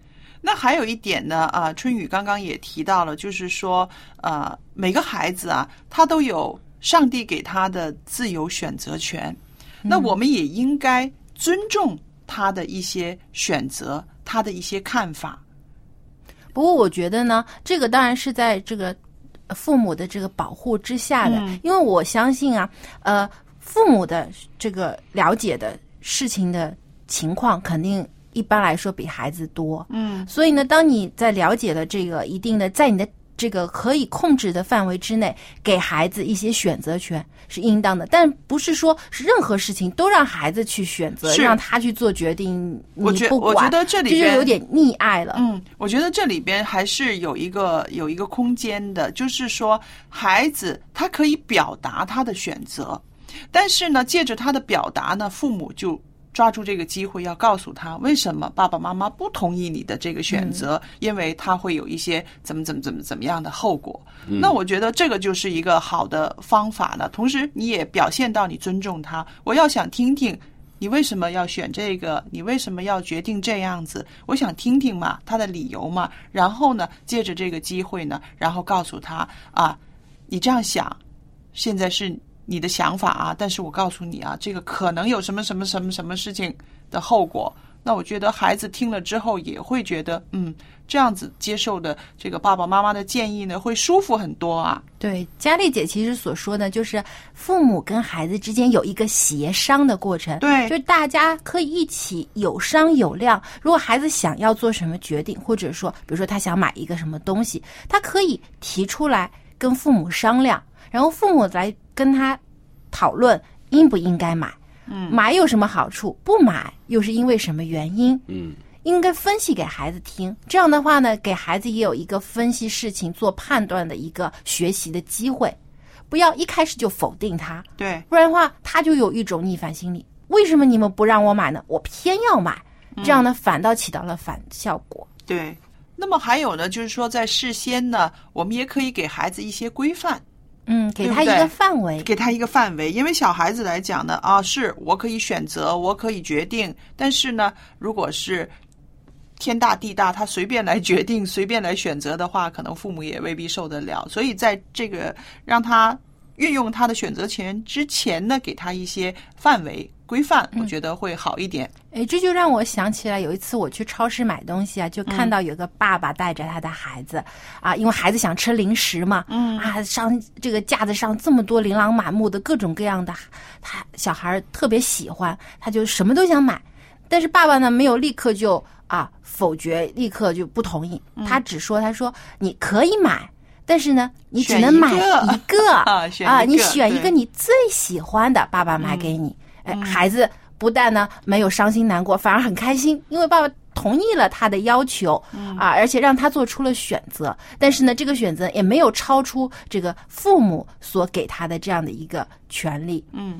[SPEAKER 8] 那还有一点呢，啊、呃，春雨刚刚也提到了，就是说，呃，每个孩子啊，他都有上帝给他的自由选择权，嗯、那我们也应该尊重他的一些选择，他的一些看法。
[SPEAKER 7] 不过我觉得呢，这个当然是在这个父母的这个保护之下的，嗯、因为我相信啊，呃，父母的这个了解的事情的情况肯定一般来说比孩子多，嗯，所以呢，当你在了解了这个一定的，在你的这个可以控制的范围之内，给孩子一些选择权是应当的，但不是说是任何事情都让孩子去选择，让他去做决定。
[SPEAKER 8] 我觉
[SPEAKER 7] 我
[SPEAKER 8] 觉得这里边
[SPEAKER 7] 这就有点溺爱了。
[SPEAKER 8] 嗯，我觉得这里边还是有一个有一个空间的，就是说孩子他可以表达他的选择，但是呢，借着他的表达呢，父母就抓住这个机会要告诉他为什么爸爸妈妈不同意你的这个选择，嗯、因为他会有一些怎么怎么怎么怎么样的后果。嗯、那我觉得这个就是一个好的方法了。同时你也表现到你尊重他，我要想听听你为什么要选这个，你为什么要决定这样子，我想听听嘛，他的理由嘛。然后呢，借着这个机会呢，然后告诉他啊，你这样想，现在是你的想法啊，但是我告诉你啊，这个可能有什么什么什么什么事情的后果。那我觉得孩子听了之后也会觉得，嗯，这样子接受的这个爸爸妈妈的建议呢，会舒服很多啊。
[SPEAKER 7] 对，佳丽姐其实所说的就是父母跟孩子之间有一个协商的过程，
[SPEAKER 8] 对，
[SPEAKER 7] 就是大家可以一起有商有量。如果孩子想要做什么决定，或者说比如说他想买一个什么东西，他可以提出来跟父母商量，然后父母来跟他讨论应不应该买，嗯，买有什么好处，不买又是因为什么原因，
[SPEAKER 9] 嗯，
[SPEAKER 7] 应该分析给孩子听。这样的话呢，给孩子也有一个分析事情、做判断的一个学习的机会，不要一开始就否定他，
[SPEAKER 8] 对，
[SPEAKER 7] 不然的话他就有一种逆反心理。为什么你们不让我买呢？我偏要买，这样呢，反倒起到了反效果。
[SPEAKER 8] 对，那么还有呢，就是说在事先呢，我们也可以给孩子一些规范。
[SPEAKER 7] 嗯，给他一个范围，
[SPEAKER 8] 给他一个范围，因为小孩子来讲呢，啊，是我可以选择，我可以决定，但是呢，如果是天大地大，他随便来决定，随便来选择的话，可能父母也未必受得了。所以在这个让他运用他的选择权之前呢，给他一些范围规范，我觉得会好一点。
[SPEAKER 7] 哎、嗯，这就让我想起来有一次我去超市买东西啊，就看到有个爸爸带着他的孩子、嗯、啊，因为孩子想吃零食嘛，嗯啊，上这个架子上这么多琳琅满目的各种各样的，他小孩特别喜欢，他就什么都想买，但是爸爸呢没有立刻就啊否决，立刻就不同意，嗯、他只说他说你可以买。但是呢，你只能买一个, 一个
[SPEAKER 8] 啊, 选一个
[SPEAKER 7] 啊，你选一个你最喜欢的，爸爸买给你。哎、嗯，孩子不但呢没有伤心难过，反而很开心，因为爸爸同意了他的要求、嗯、啊，而且让他做出了选择。但是呢，这个选择也没有超出这个父母所给他的这样的一个权利。
[SPEAKER 8] 嗯。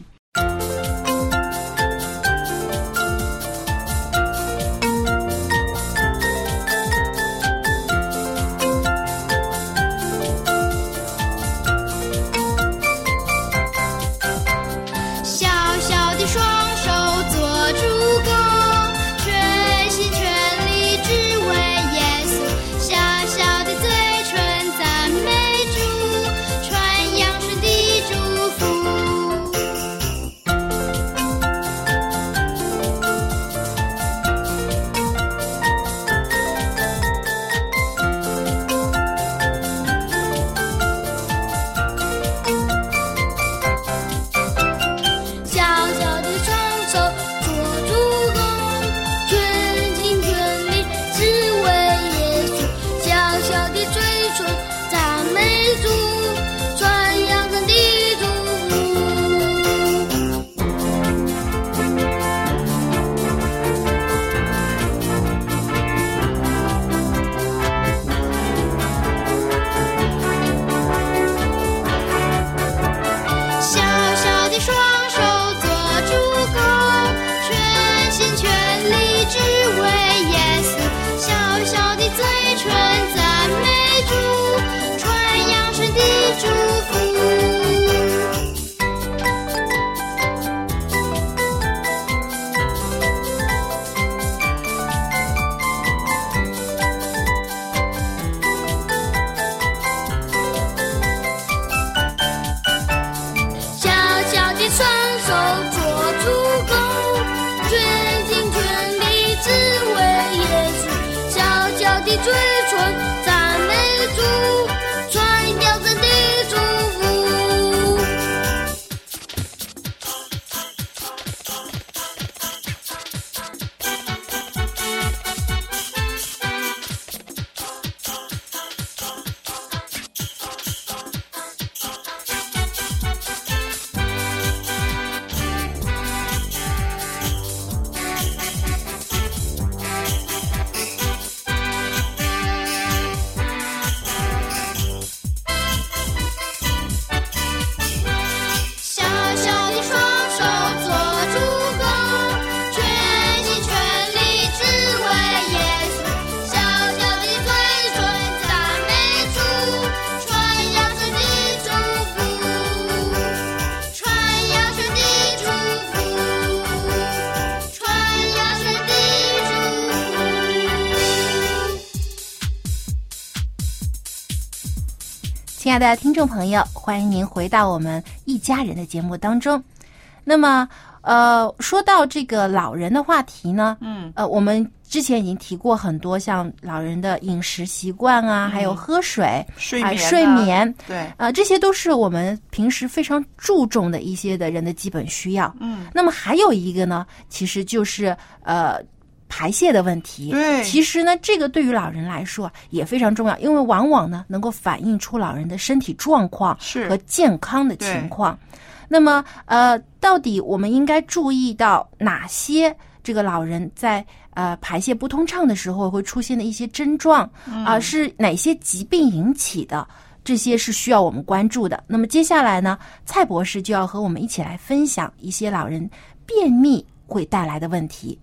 [SPEAKER 7] 亲爱的听众朋友，欢迎您回到我们一家人的节目当中。那么，呃，说到这个老人的话题呢，嗯，呃，我们之前已经提过很多，像老人的饮食习惯啊，嗯、还有喝水、
[SPEAKER 8] 睡眠、啊、
[SPEAKER 7] 睡眠，
[SPEAKER 8] 对，
[SPEAKER 7] 呃，这些都是我们平时非常注重的一些的人的基本需要。嗯，那么还有一个呢，其实就是呃。排泄的问题，
[SPEAKER 8] 对，
[SPEAKER 7] 其实呢，这个对于老人来说也非常重要，因为往往呢能够反映出老人的身体状况和健康的情况。那么，呃，到底我们应该注意到哪些这个老人在呃排泄不通畅的时候会出现的一些症状啊、呃？是哪些疾病引起的？这些是需要我们关注的。那么接下来呢，蔡博士就要和我们一起来分享一些老人便秘会带来的问题。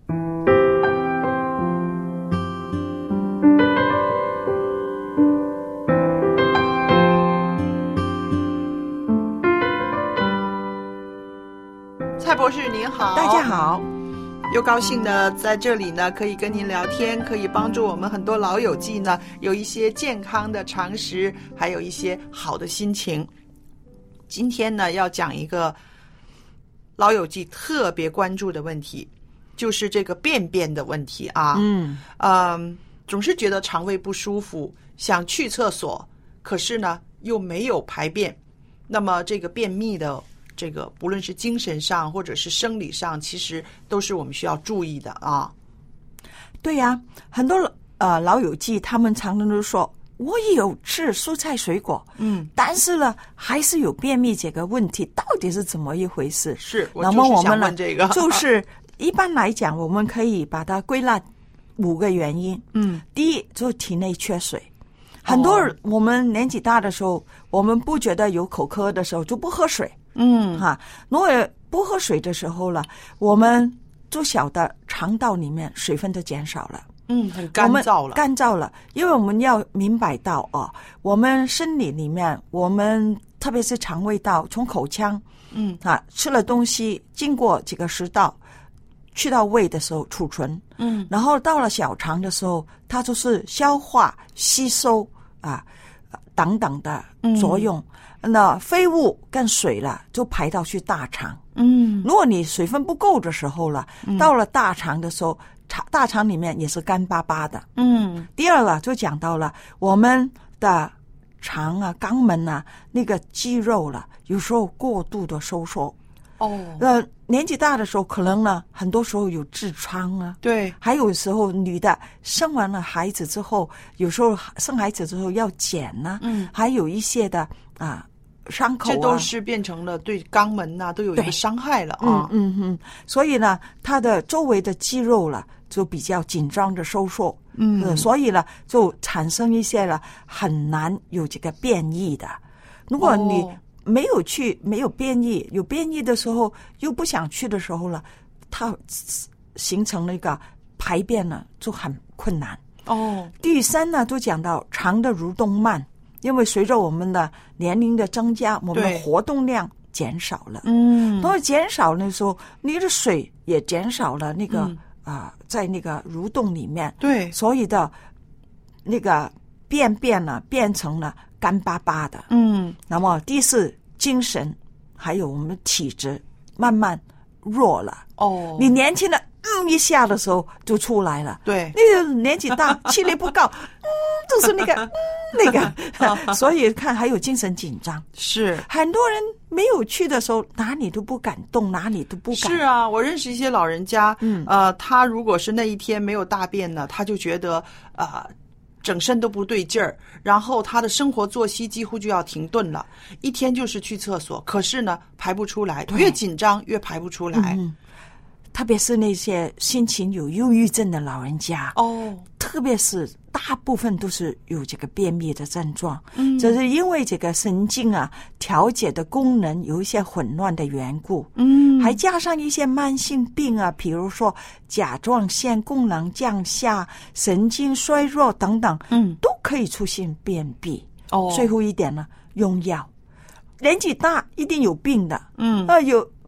[SPEAKER 8] 蔡博士您好。
[SPEAKER 6] 大家好，
[SPEAKER 8] 又高兴的在这里呢，可以跟您聊天，可以帮助我们很多老友记呢有一些健康的常识，还有一些好的心情。今天呢要讲一个老友记特别关注的问题，就是这个便便的问题啊。嗯嗯，总是觉得肠胃不舒服，想去厕所，可是呢又没有排便。那么这个便秘的这个不论是精神上或者是生理上，其实都是我们需要注意的啊。
[SPEAKER 6] 对呀、啊，很多呃老友记他们常常都说，我也有吃蔬菜水果，嗯，但是呢还是有便秘这个问题，到底是怎么一回事？
[SPEAKER 8] 是，我就是想问这个。
[SPEAKER 6] 那么我们呢，就是一般来讲，我们可以把它归纳五个原因。嗯，第一就是体内缺水。很多人、哦、我们年纪大的时候，我们不觉得有口渴的时候就不喝水。嗯，哈，如果不喝水的时候了，我们就晓得肠道里面水分都减少了，
[SPEAKER 8] 嗯，很干燥了，
[SPEAKER 6] 干燥了。因为我们要明白到哦，我们生理里面，我们特别是肠胃道，从口腔，嗯，啊，吃了东西经过几个食道，去到胃的时候储存，嗯，然后到了小肠的时候，它就是消化、吸收啊等等的作用。嗯，那废物跟水了就排到去大肠。嗯，如果你水分不够的时候了，嗯、到了大肠的时候，大肠里面也是干巴巴的。嗯，第二个就讲到了我们的肠啊、肛门啊那个肌肉了，有时候过度的收缩。哦，呃，年纪大的时候，可能呢，很多时候有痔疮啊。对，还有时候女的生完了孩子之后，有时候生孩子之后要剪呐、啊，嗯，还有一些的啊。伤口啊，
[SPEAKER 8] 这都是变成了对肛门呐、啊、都有一个伤害了啊。
[SPEAKER 6] 嗯嗯，所以呢，它的周围的肌肉了就比较紧张的收缩，嗯、呃，所以呢就产生一些了很难有这个便意的。如果你没有去、哦、没有便意，有便意的时候又不想去的时候了，它形成了一个排便呢就很困难。哦，第三呢就讲到肠的蠕动慢。因为随着我们的年龄的增加，我们的活动量减少了。嗯，当减少的时候，你的水也减少了，那个啊、嗯呃，在那个蠕动里面，对，所以的那个便便呢变成了干巴巴的。嗯，那么第四，精神还有我们的体质慢慢弱了。哦，你年轻的嗯一下的时候就出来了。对，那个年纪大，气力不够，嗯，就是那个。那个，所以看还有精神紧张，是很多人没有去的时候，哪里都不敢动，哪里都不敢。
[SPEAKER 8] 是啊，我认识一些老人家，嗯，呃，他如果是那一天没有大便呢，他就觉得啊、呃，整身都不对劲儿，然后他的生活作息几乎就要停顿了，一天就是去厕所，可是呢排不出来，越紧张越排不出来。
[SPEAKER 6] 嗯，特别是那些心情有忧郁症的老人家哦，特别是大部分都是有这个便秘的症状，嗯，就是因为这个神经啊调节的功能有一些混乱的缘故，嗯，还加上一些慢性病啊，比如说甲状腺功能降下、神经衰弱等等，嗯，都可以出现便秘。哦，最后一点呢，用药，年纪大一定有病的，嗯，呃有。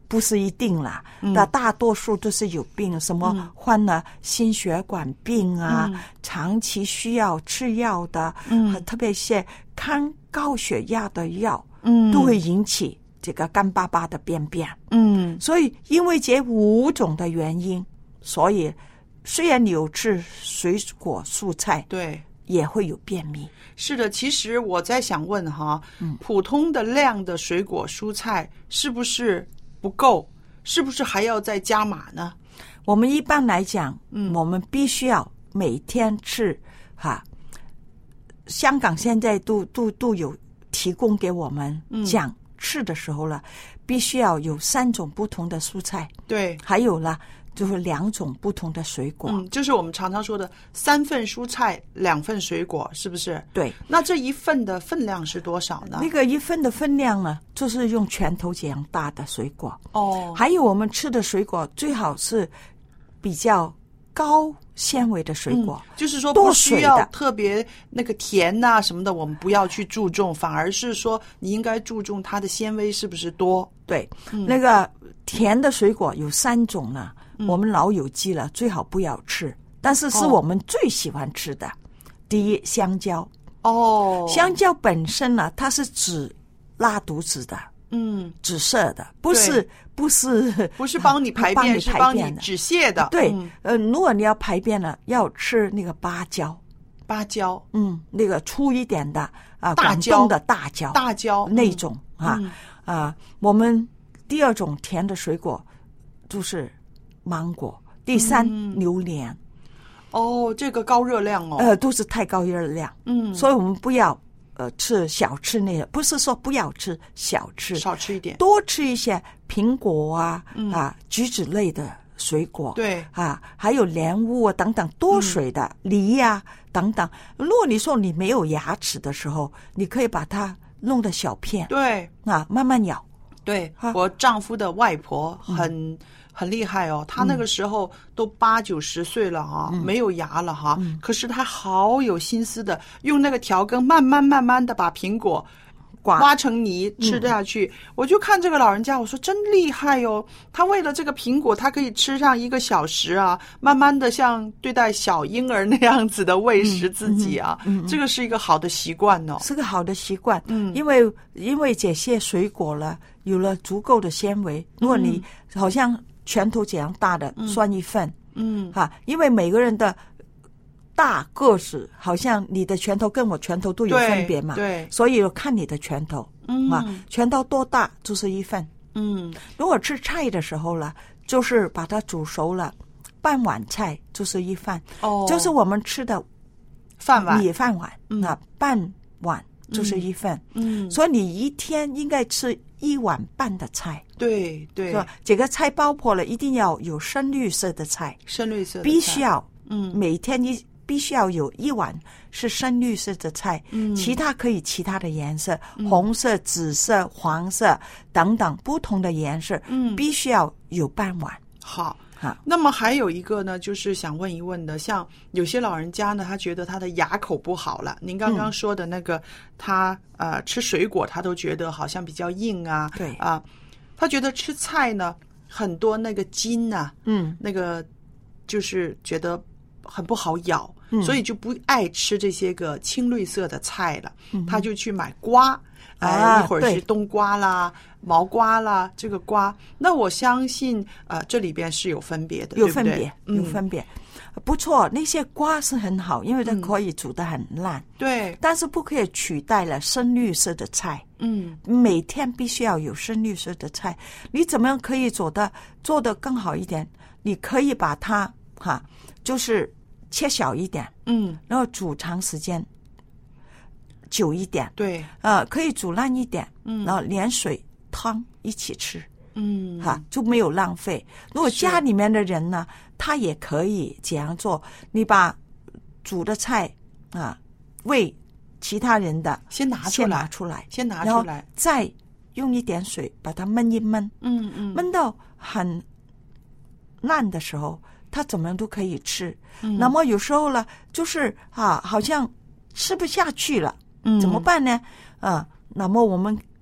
[SPEAKER 6] 不是一定啦，
[SPEAKER 8] 嗯
[SPEAKER 6] 那、大多数都是有病，什么患了心血管病啊，
[SPEAKER 8] 嗯、
[SPEAKER 6] 长期需要吃药的，
[SPEAKER 8] 嗯，
[SPEAKER 6] 特别是抗高血压的药，
[SPEAKER 8] 嗯，
[SPEAKER 6] 都会引起这个干巴巴的便便。
[SPEAKER 8] 嗯，
[SPEAKER 6] 所以因为这五种的原因，所以虽然你有吃水果蔬菜，
[SPEAKER 8] 对，
[SPEAKER 6] 也会有便秘。
[SPEAKER 8] 是的，其实我在想问哈，
[SPEAKER 6] 嗯，
[SPEAKER 8] 普通的量的水果蔬菜是不是不够？是不是还要再加码呢？
[SPEAKER 6] 我们一般来讲，
[SPEAKER 8] 嗯，
[SPEAKER 6] 我们必须要每天吃哈。香港现在都都都有提供给我们讲吃的时候了，嗯，必须要有三种不同的蔬菜，
[SPEAKER 8] 对，
[SPEAKER 6] 还有了就是两种不同的水果，
[SPEAKER 8] 嗯，就是我们常常说的三份蔬菜两份水果，是不是？
[SPEAKER 6] 对。
[SPEAKER 8] 那这一份的分量是多少呢？
[SPEAKER 6] 那个一份的分量呢，就是用拳头这样大的水果
[SPEAKER 8] 哦。
[SPEAKER 6] 还有我们吃的水果最好是比较高纤维的水果，
[SPEAKER 8] 嗯，就是说不需要特别那个甜呐，啊、什么的，我们不要去注重，反而是说你应该注重它的纤维是不是多？
[SPEAKER 6] 对，
[SPEAKER 8] 嗯，
[SPEAKER 6] 那个甜的水果有三种呢，嗯，我们老友记了，最好不要吃，但是是我们最喜欢吃的。哦，第一，香蕉。
[SPEAKER 8] 哦，
[SPEAKER 6] 香蕉本身呢，它是止拉肚子的。
[SPEAKER 8] 嗯，
[SPEAKER 6] 止泻的，不是不是
[SPEAKER 8] 不是帮你排便，是帮你止泻的。
[SPEAKER 6] 对，
[SPEAKER 8] 嗯，
[SPEAKER 6] 呃，如果你要排便了，要吃那个芭蕉，
[SPEAKER 8] 芭蕉，
[SPEAKER 6] 嗯，那个粗一点的啊，
[SPEAKER 8] 大
[SPEAKER 6] 广东的大蕉，
[SPEAKER 8] 大蕉
[SPEAKER 6] 那种，
[SPEAKER 8] 嗯，
[SPEAKER 6] 啊，嗯，啊，我们第二种甜的水果就是芒果，第三，嗯，榴莲。
[SPEAKER 8] 哦，这个高热量哦，
[SPEAKER 6] 呃，都是太高热量，
[SPEAKER 8] 嗯，
[SPEAKER 6] 所以我们不要。呃，吃小吃那个，不是说不要吃小吃，
[SPEAKER 8] 少吃一点，
[SPEAKER 6] 多吃一些苹果啊，
[SPEAKER 8] 嗯，
[SPEAKER 6] 啊，橘子类的水果，
[SPEAKER 8] 对
[SPEAKER 6] 啊，还有莲雾啊等等多水的，嗯，梨呀，啊，等等。如果你说你没有牙齿的时候，你可以把它弄得小片，
[SPEAKER 8] 对
[SPEAKER 6] 啊，慢慢咬。
[SPEAKER 8] 对，我丈夫的外婆很。嗯很厉害哦，他那个时候都八九十岁了哈，嗯，没有牙了哈，嗯，可是他好有心思的，用那个调羹慢慢慢慢的把苹果挖成泥吃下去，嗯。我就看这个老人家，我说真厉害哦，他为了这个苹果，他可以吃上一个小时啊，慢慢的像对待小婴儿那样子的喂食自己啊，嗯嗯嗯，这个是一个好的习惯哦，
[SPEAKER 6] 是个好的习惯。
[SPEAKER 8] 嗯，
[SPEAKER 6] 因为因为这些水果了，有了足够的纤维，如果你好像拳头这样大的算一份，
[SPEAKER 8] 嗯，
[SPEAKER 6] 哈，因为每个人的大个子，好像你的拳头跟我拳头都有分别嘛，
[SPEAKER 8] 对，对，
[SPEAKER 6] 所以要看你的拳头，
[SPEAKER 8] 嗯
[SPEAKER 6] 啊，拳头多大就是一份，
[SPEAKER 8] 嗯，
[SPEAKER 6] 如果吃菜的时候了，就是把它煮熟了，半碗菜就是一饭，
[SPEAKER 8] 哦，
[SPEAKER 6] 就是我们吃的
[SPEAKER 8] 饭碗
[SPEAKER 6] 米饭碗，
[SPEAKER 8] 嗯，
[SPEAKER 6] 啊，半碗就是一份，
[SPEAKER 8] 嗯，
[SPEAKER 6] 所以你一天应该吃一碗半的菜。
[SPEAKER 8] 对对，
[SPEAKER 6] 这个菜包括了，一定要有深绿色的菜，
[SPEAKER 8] 深绿色的菜
[SPEAKER 6] 必须要，
[SPEAKER 8] 嗯，
[SPEAKER 6] 每天一必须要有一碗是深绿色的菜，
[SPEAKER 8] 嗯，
[SPEAKER 6] 其他可以其他的颜色，
[SPEAKER 8] 嗯，
[SPEAKER 6] 红色、紫色、黄色等等不同的颜色，
[SPEAKER 8] 嗯，
[SPEAKER 6] 必须要有半碗。
[SPEAKER 8] 好。
[SPEAKER 6] 好，
[SPEAKER 8] 那么还有一个呢，就是想问一问的，像有些老人家呢，他觉得他的牙口不好了。您刚刚说的那个，嗯，他呃吃水果他都觉得好像比较硬啊，
[SPEAKER 6] 对
[SPEAKER 8] 啊，呃，他觉得吃菜呢很多那个筋啊，
[SPEAKER 6] 嗯，
[SPEAKER 8] 那个就是觉得很不好咬，
[SPEAKER 6] 嗯，
[SPEAKER 8] 所以就不爱吃这些个青绿色的菜了，
[SPEAKER 6] 嗯，
[SPEAKER 8] 他就去买瓜。哎，
[SPEAKER 6] 啊，
[SPEAKER 8] 一会儿是冬瓜啦、毛瓜啦，这个瓜，那我相信，呃，这里边是有分别的，
[SPEAKER 6] 有分别，
[SPEAKER 8] 对不对？
[SPEAKER 6] 有分别，嗯，不错。那些瓜是很好，因为它可以煮得很烂，
[SPEAKER 8] 嗯，对，
[SPEAKER 6] 但是不可以取代了深绿色的菜。
[SPEAKER 8] 嗯，
[SPEAKER 6] 每天必须要有深绿色的菜。你怎么样可以做的做得更好一点？你可以把它哈，就是切小一点，
[SPEAKER 8] 嗯，
[SPEAKER 6] 然后煮长时间。久一点，
[SPEAKER 8] 对，
[SPEAKER 6] 呃，可以煮烂一点，
[SPEAKER 8] 嗯，
[SPEAKER 6] 然后连水汤一起吃，
[SPEAKER 8] 嗯，
[SPEAKER 6] 哈，就没有浪费。如果家里面的人呢，他也可以这样做，你把煮的菜啊喂其他人的，
[SPEAKER 8] 先拿出来，
[SPEAKER 6] 先拿出来，
[SPEAKER 8] 先拿出来，
[SPEAKER 6] 再用一点水把它焖一焖，
[SPEAKER 8] 嗯嗯，
[SPEAKER 6] 焖到很烂的时候，它怎么样都可以吃。
[SPEAKER 8] 嗯，
[SPEAKER 6] 那么有时候呢，就是啊，好像吃不下去了。
[SPEAKER 8] 嗯，
[SPEAKER 6] 怎么办呢？啊，那么我们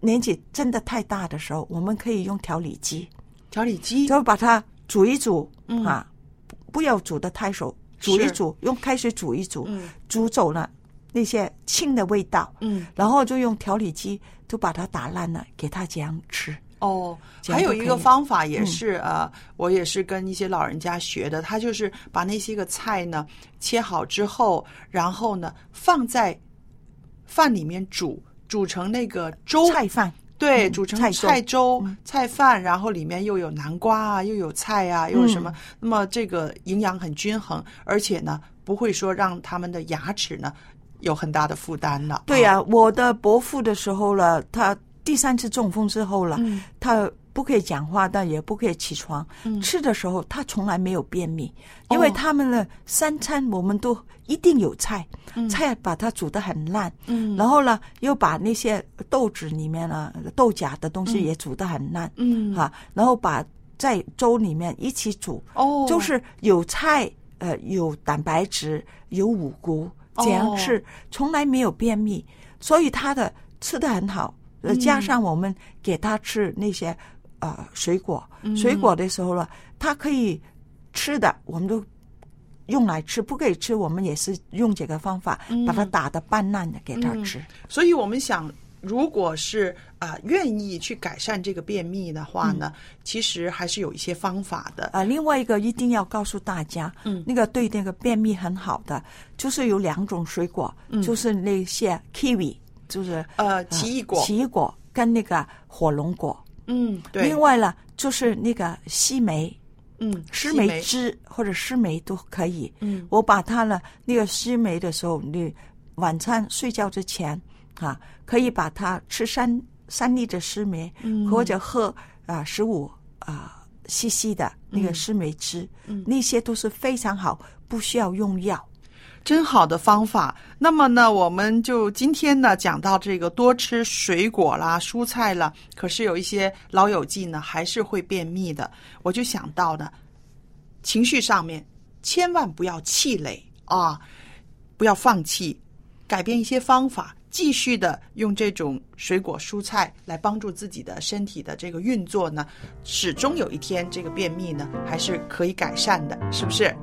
[SPEAKER 6] 年纪真的太大的时候，我们可以用调理机，
[SPEAKER 8] 调理机
[SPEAKER 6] 就把它煮一煮、
[SPEAKER 8] 嗯、
[SPEAKER 6] 啊，不要煮得太熟，煮一煮，用开水煮一煮，
[SPEAKER 8] 嗯、
[SPEAKER 6] 煮走了那些腥的味道，
[SPEAKER 8] 嗯，
[SPEAKER 6] 然后就用调理机就把它打烂了，给它这样吃。
[SPEAKER 8] 哦，还有一个方法也是、嗯、呃，我也是跟一些老人家学的，他就是把那些个菜呢切好之后，然后呢放在饭里面煮，煮成那个粥
[SPEAKER 6] 菜饭。
[SPEAKER 8] 对，
[SPEAKER 6] 嗯、
[SPEAKER 8] 煮成
[SPEAKER 6] 菜
[SPEAKER 8] 菜粥、
[SPEAKER 6] 嗯、
[SPEAKER 8] 菜饭，然后里面又有南瓜啊，又有菜啊，又有什么，嗯、那么这个营养很均衡，而且呢，不会说让他们的牙齿呢有很大的负担了。
[SPEAKER 6] 对呀、啊，我的伯父的时候了，他第三次中风之后了，
[SPEAKER 8] 嗯、
[SPEAKER 6] 他不可以讲话，但也不可以起床。
[SPEAKER 8] 嗯、
[SPEAKER 6] 吃的时候他从来没有便秘，因为他们的三餐我们都一定有菜，
[SPEAKER 8] 嗯、
[SPEAKER 6] 菜把它煮得很烂，
[SPEAKER 8] 嗯、
[SPEAKER 6] 然后呢又把那些豆子里面呢豆荚的东西也煮得很烂，
[SPEAKER 8] 嗯
[SPEAKER 6] 啊，然后把在粥里面一起煮，
[SPEAKER 8] 哦，
[SPEAKER 6] 就是有菜，呃，有蛋白质，有五谷，这样吃，
[SPEAKER 8] 哦、
[SPEAKER 6] 从来没有便秘，所以他的吃得很好。呃，加上我们给他吃那些呃水果，
[SPEAKER 8] 嗯、
[SPEAKER 6] 水果的时候呢，他可以吃的，我们都用来吃；不可以吃，我们也是用这个方法、嗯、把它打得半烂的给他吃。
[SPEAKER 8] 嗯、所以我们想，如果是啊、呃、愿意去改善这个便秘的话呢，嗯、其实还是有一些方法的。
[SPEAKER 6] 啊、呃，另外一个一定要告诉大家，
[SPEAKER 8] 嗯，
[SPEAKER 6] 那个对那个便秘很好的，就是有两种水果，
[SPEAKER 8] 嗯、
[SPEAKER 6] 就是那些 kiwi。就是
[SPEAKER 8] 呃奇异果、
[SPEAKER 6] 呃，奇异果跟那个火龙果，
[SPEAKER 8] 嗯，对。
[SPEAKER 6] 另外呢，就是那个西梅，
[SPEAKER 8] 嗯，
[SPEAKER 6] 湿梅汁或者湿梅都可以。
[SPEAKER 8] 嗯，
[SPEAKER 6] 我把它呢，那个湿梅的时候，你晚餐睡觉之前啊，可以把它吃三三粒的湿梅，
[SPEAKER 8] 嗯，
[SPEAKER 6] 或者喝啊十五啊 C C 的那个湿梅汁，
[SPEAKER 8] 嗯，
[SPEAKER 6] 那些都是非常好，不需要用药。
[SPEAKER 8] 真好的方法。那么呢，我们就今天呢讲到这个多吃水果啦、蔬菜啦，可是有一些老友记呢还是会便秘的。我就想到呢，情绪上面千万不要气馁啊，不要放弃，改变一些方法，继续的用这种水果蔬菜来帮助自己的身体的这个运作呢，始终有一天这个便秘呢还是可以改善的，是不是？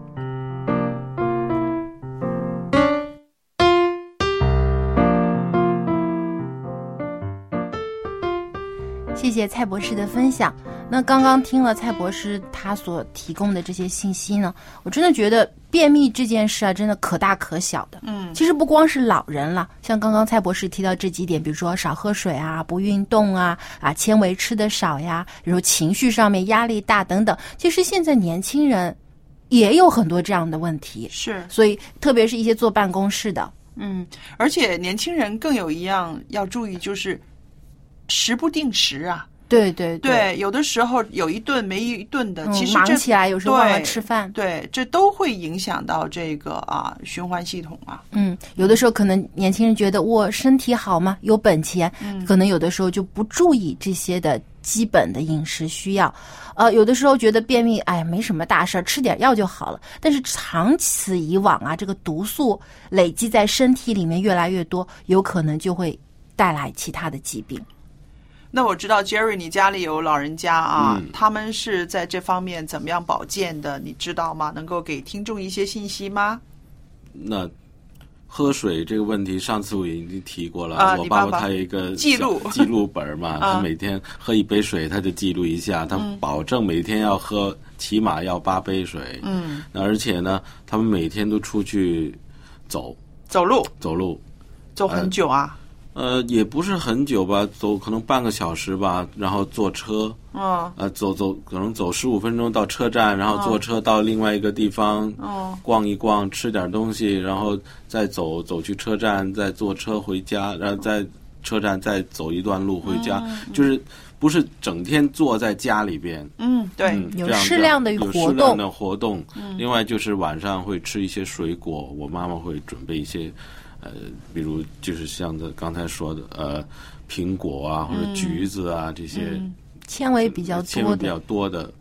[SPEAKER 7] 谢谢蔡博士的分享。那刚刚听了蔡博士他所提供的这些信息呢，我真的觉得便秘这件事啊，真的可大可小的。
[SPEAKER 8] 嗯，
[SPEAKER 7] 其实不光是老人了，像刚刚蔡博士提到这几点，比如说少喝水啊、不运动啊、啊纤维吃得少呀，比如说情绪上面压力大等等，其实现在年轻人也有很多这样的问题。
[SPEAKER 8] 是，
[SPEAKER 7] 所以特别是一些坐办公室的，
[SPEAKER 8] 嗯，而且年轻人更有一样要注意，就是食不定时啊。
[SPEAKER 7] 对对
[SPEAKER 8] 对, 对，有的时候有一顿没一顿的，
[SPEAKER 7] 嗯、
[SPEAKER 8] 其实
[SPEAKER 7] 忙起来有时候忘了吃饭，
[SPEAKER 8] 对，这都会影响到这个啊循环系统啊。
[SPEAKER 7] 嗯，有的时候可能年轻人觉得我身体好嘛，有本钱，
[SPEAKER 8] 嗯，
[SPEAKER 7] 可能有的时候就不注意这些的基本的饮食需要。呃，有的时候觉得便秘，哎，没什么大事儿，吃点药就好了。但是长此以往啊，这个毒素累积在身体里面越来越多，有可能就会带来其他的疾病。
[SPEAKER 8] 那我知道 Jerry 你家里有老人家啊、
[SPEAKER 9] 嗯，
[SPEAKER 8] 他们是在这方面怎么样保健的，你知道吗？能够给听众一些信息吗？
[SPEAKER 9] 那喝水这个问题上次我已经提过了、
[SPEAKER 8] 啊、
[SPEAKER 9] 我爸
[SPEAKER 8] 爸
[SPEAKER 9] 爸他有一个
[SPEAKER 8] 记录
[SPEAKER 9] 记录本嘛、
[SPEAKER 8] 啊、
[SPEAKER 9] 他每天喝一杯水他就记录一下，他保证每天要喝起码要八杯水。
[SPEAKER 8] 嗯，
[SPEAKER 9] 那而且呢他们每天都出去走
[SPEAKER 8] 走路
[SPEAKER 9] 走路
[SPEAKER 8] 走很久啊。
[SPEAKER 9] 呃呃，也不是很久吧，走可能半个小时吧，然后坐车，
[SPEAKER 8] 嗯，
[SPEAKER 9] 呃，走走可能走十五分钟到车站，然后坐车到另外一个地方，
[SPEAKER 8] 哦，
[SPEAKER 9] 逛一逛，吃点东西，然后再走走去车站，再坐车回家，然后在车站再走一段路回家，
[SPEAKER 8] 嗯、
[SPEAKER 9] 就是不是整天坐在家里边，
[SPEAKER 8] 嗯，对，
[SPEAKER 9] 嗯、
[SPEAKER 7] 有适量的活动，
[SPEAKER 9] 有适量的活动、
[SPEAKER 8] 嗯。
[SPEAKER 9] 另外就是晚上会吃一些水果，我妈妈会准备一些。呃，比如就是像这刚才说的，呃，苹果啊，或者橘子啊、嗯、这些，
[SPEAKER 7] 纤维比较多的，
[SPEAKER 9] 纤维比较多的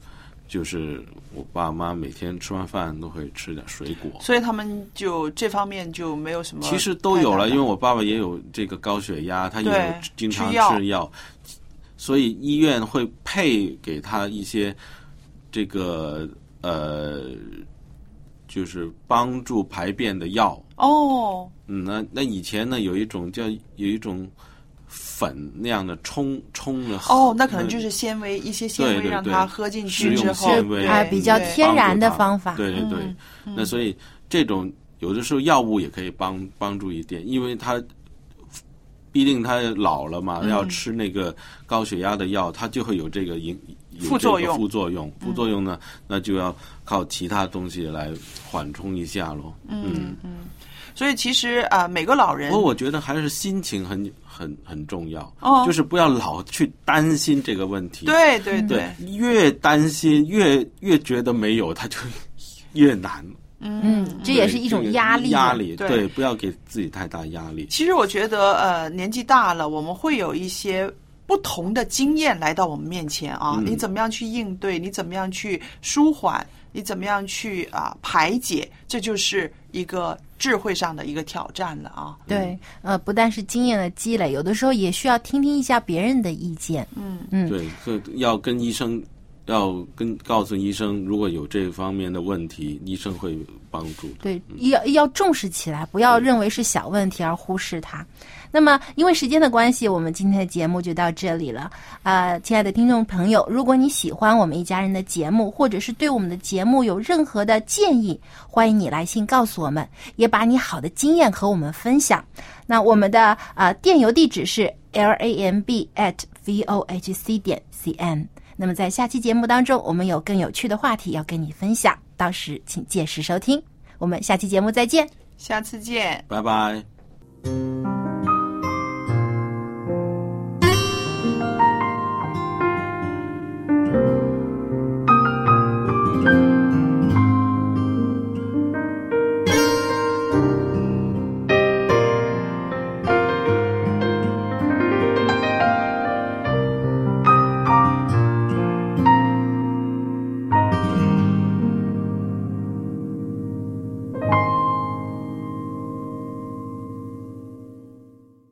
[SPEAKER 9] 就是我爸妈每天吃完饭都会吃点水果，
[SPEAKER 8] 所以他们就这方面就没有什么。
[SPEAKER 9] 其实都有了，因为我爸爸也有这个高血压，他也有经常吃药，所以医院会配给他一些这个呃，就是帮助排便的药。
[SPEAKER 8] 哦，
[SPEAKER 9] 嗯，那那以前呢，有一种叫有一种粉那样的冲冲的。
[SPEAKER 8] 哦，那可能就是纤维，一些纤维让它喝进去之后，
[SPEAKER 7] 啊，比较天然的方法。
[SPEAKER 9] 对对对，
[SPEAKER 8] 嗯嗯、
[SPEAKER 9] 那所以这种有的时候药物也可以帮帮助一点，因为它毕竟他老了嘛，
[SPEAKER 8] 嗯、
[SPEAKER 9] 要吃那个高血压的药，它就会有这个影。
[SPEAKER 8] 副作用，
[SPEAKER 9] 副作用，副作用呢，嗯、那就要靠其他东西来缓冲一下咯。
[SPEAKER 8] 嗯嗯，所以其实啊、呃，每个老人，
[SPEAKER 9] 不过我觉得还是心情很很很重要，
[SPEAKER 8] 哦，
[SPEAKER 9] 就是不要老去担心这个问题。
[SPEAKER 8] 对对
[SPEAKER 9] 对, 对，越担心越越觉得没有，它就越难。
[SPEAKER 7] 嗯，这也是一种压力。
[SPEAKER 9] 压力，
[SPEAKER 8] 对，
[SPEAKER 9] 对，不要给自己太大压力。
[SPEAKER 8] 其实我觉得，呃，年纪大了，我们会有一些不同的经验来到我们面前啊，
[SPEAKER 9] 嗯、
[SPEAKER 8] 你怎么样去应对？你怎么样去舒缓？你怎么样去啊、呃、排解？这就是一个智慧上的一个挑战了啊。
[SPEAKER 7] 对，呃，不但是经验的积累，有的时候也需要听听一下别人的意见。
[SPEAKER 8] 嗯
[SPEAKER 7] 嗯，
[SPEAKER 9] 对，这要跟医生。要跟告诉医生，如果有这方面的问题，医生会帮助的。
[SPEAKER 7] 对，要要重视起来，不要认为是小问题而忽视它。那么，因为时间的关系，我们今天的节目就到这里了。呃，亲爱的听众朋友，如果你喜欢我们一家人的节目，或者是对我们的节目有任何的建议，欢迎你来信告诉我们，也把你好的经验和我们分享。那我们的呃电邮地址是 l a m b at vohc 点 c n。那么在下期节目当中，我们有更有趣的话题要跟你分享，到时请届时收听。我们下期节目再见，
[SPEAKER 8] 下次见，
[SPEAKER 9] 拜拜。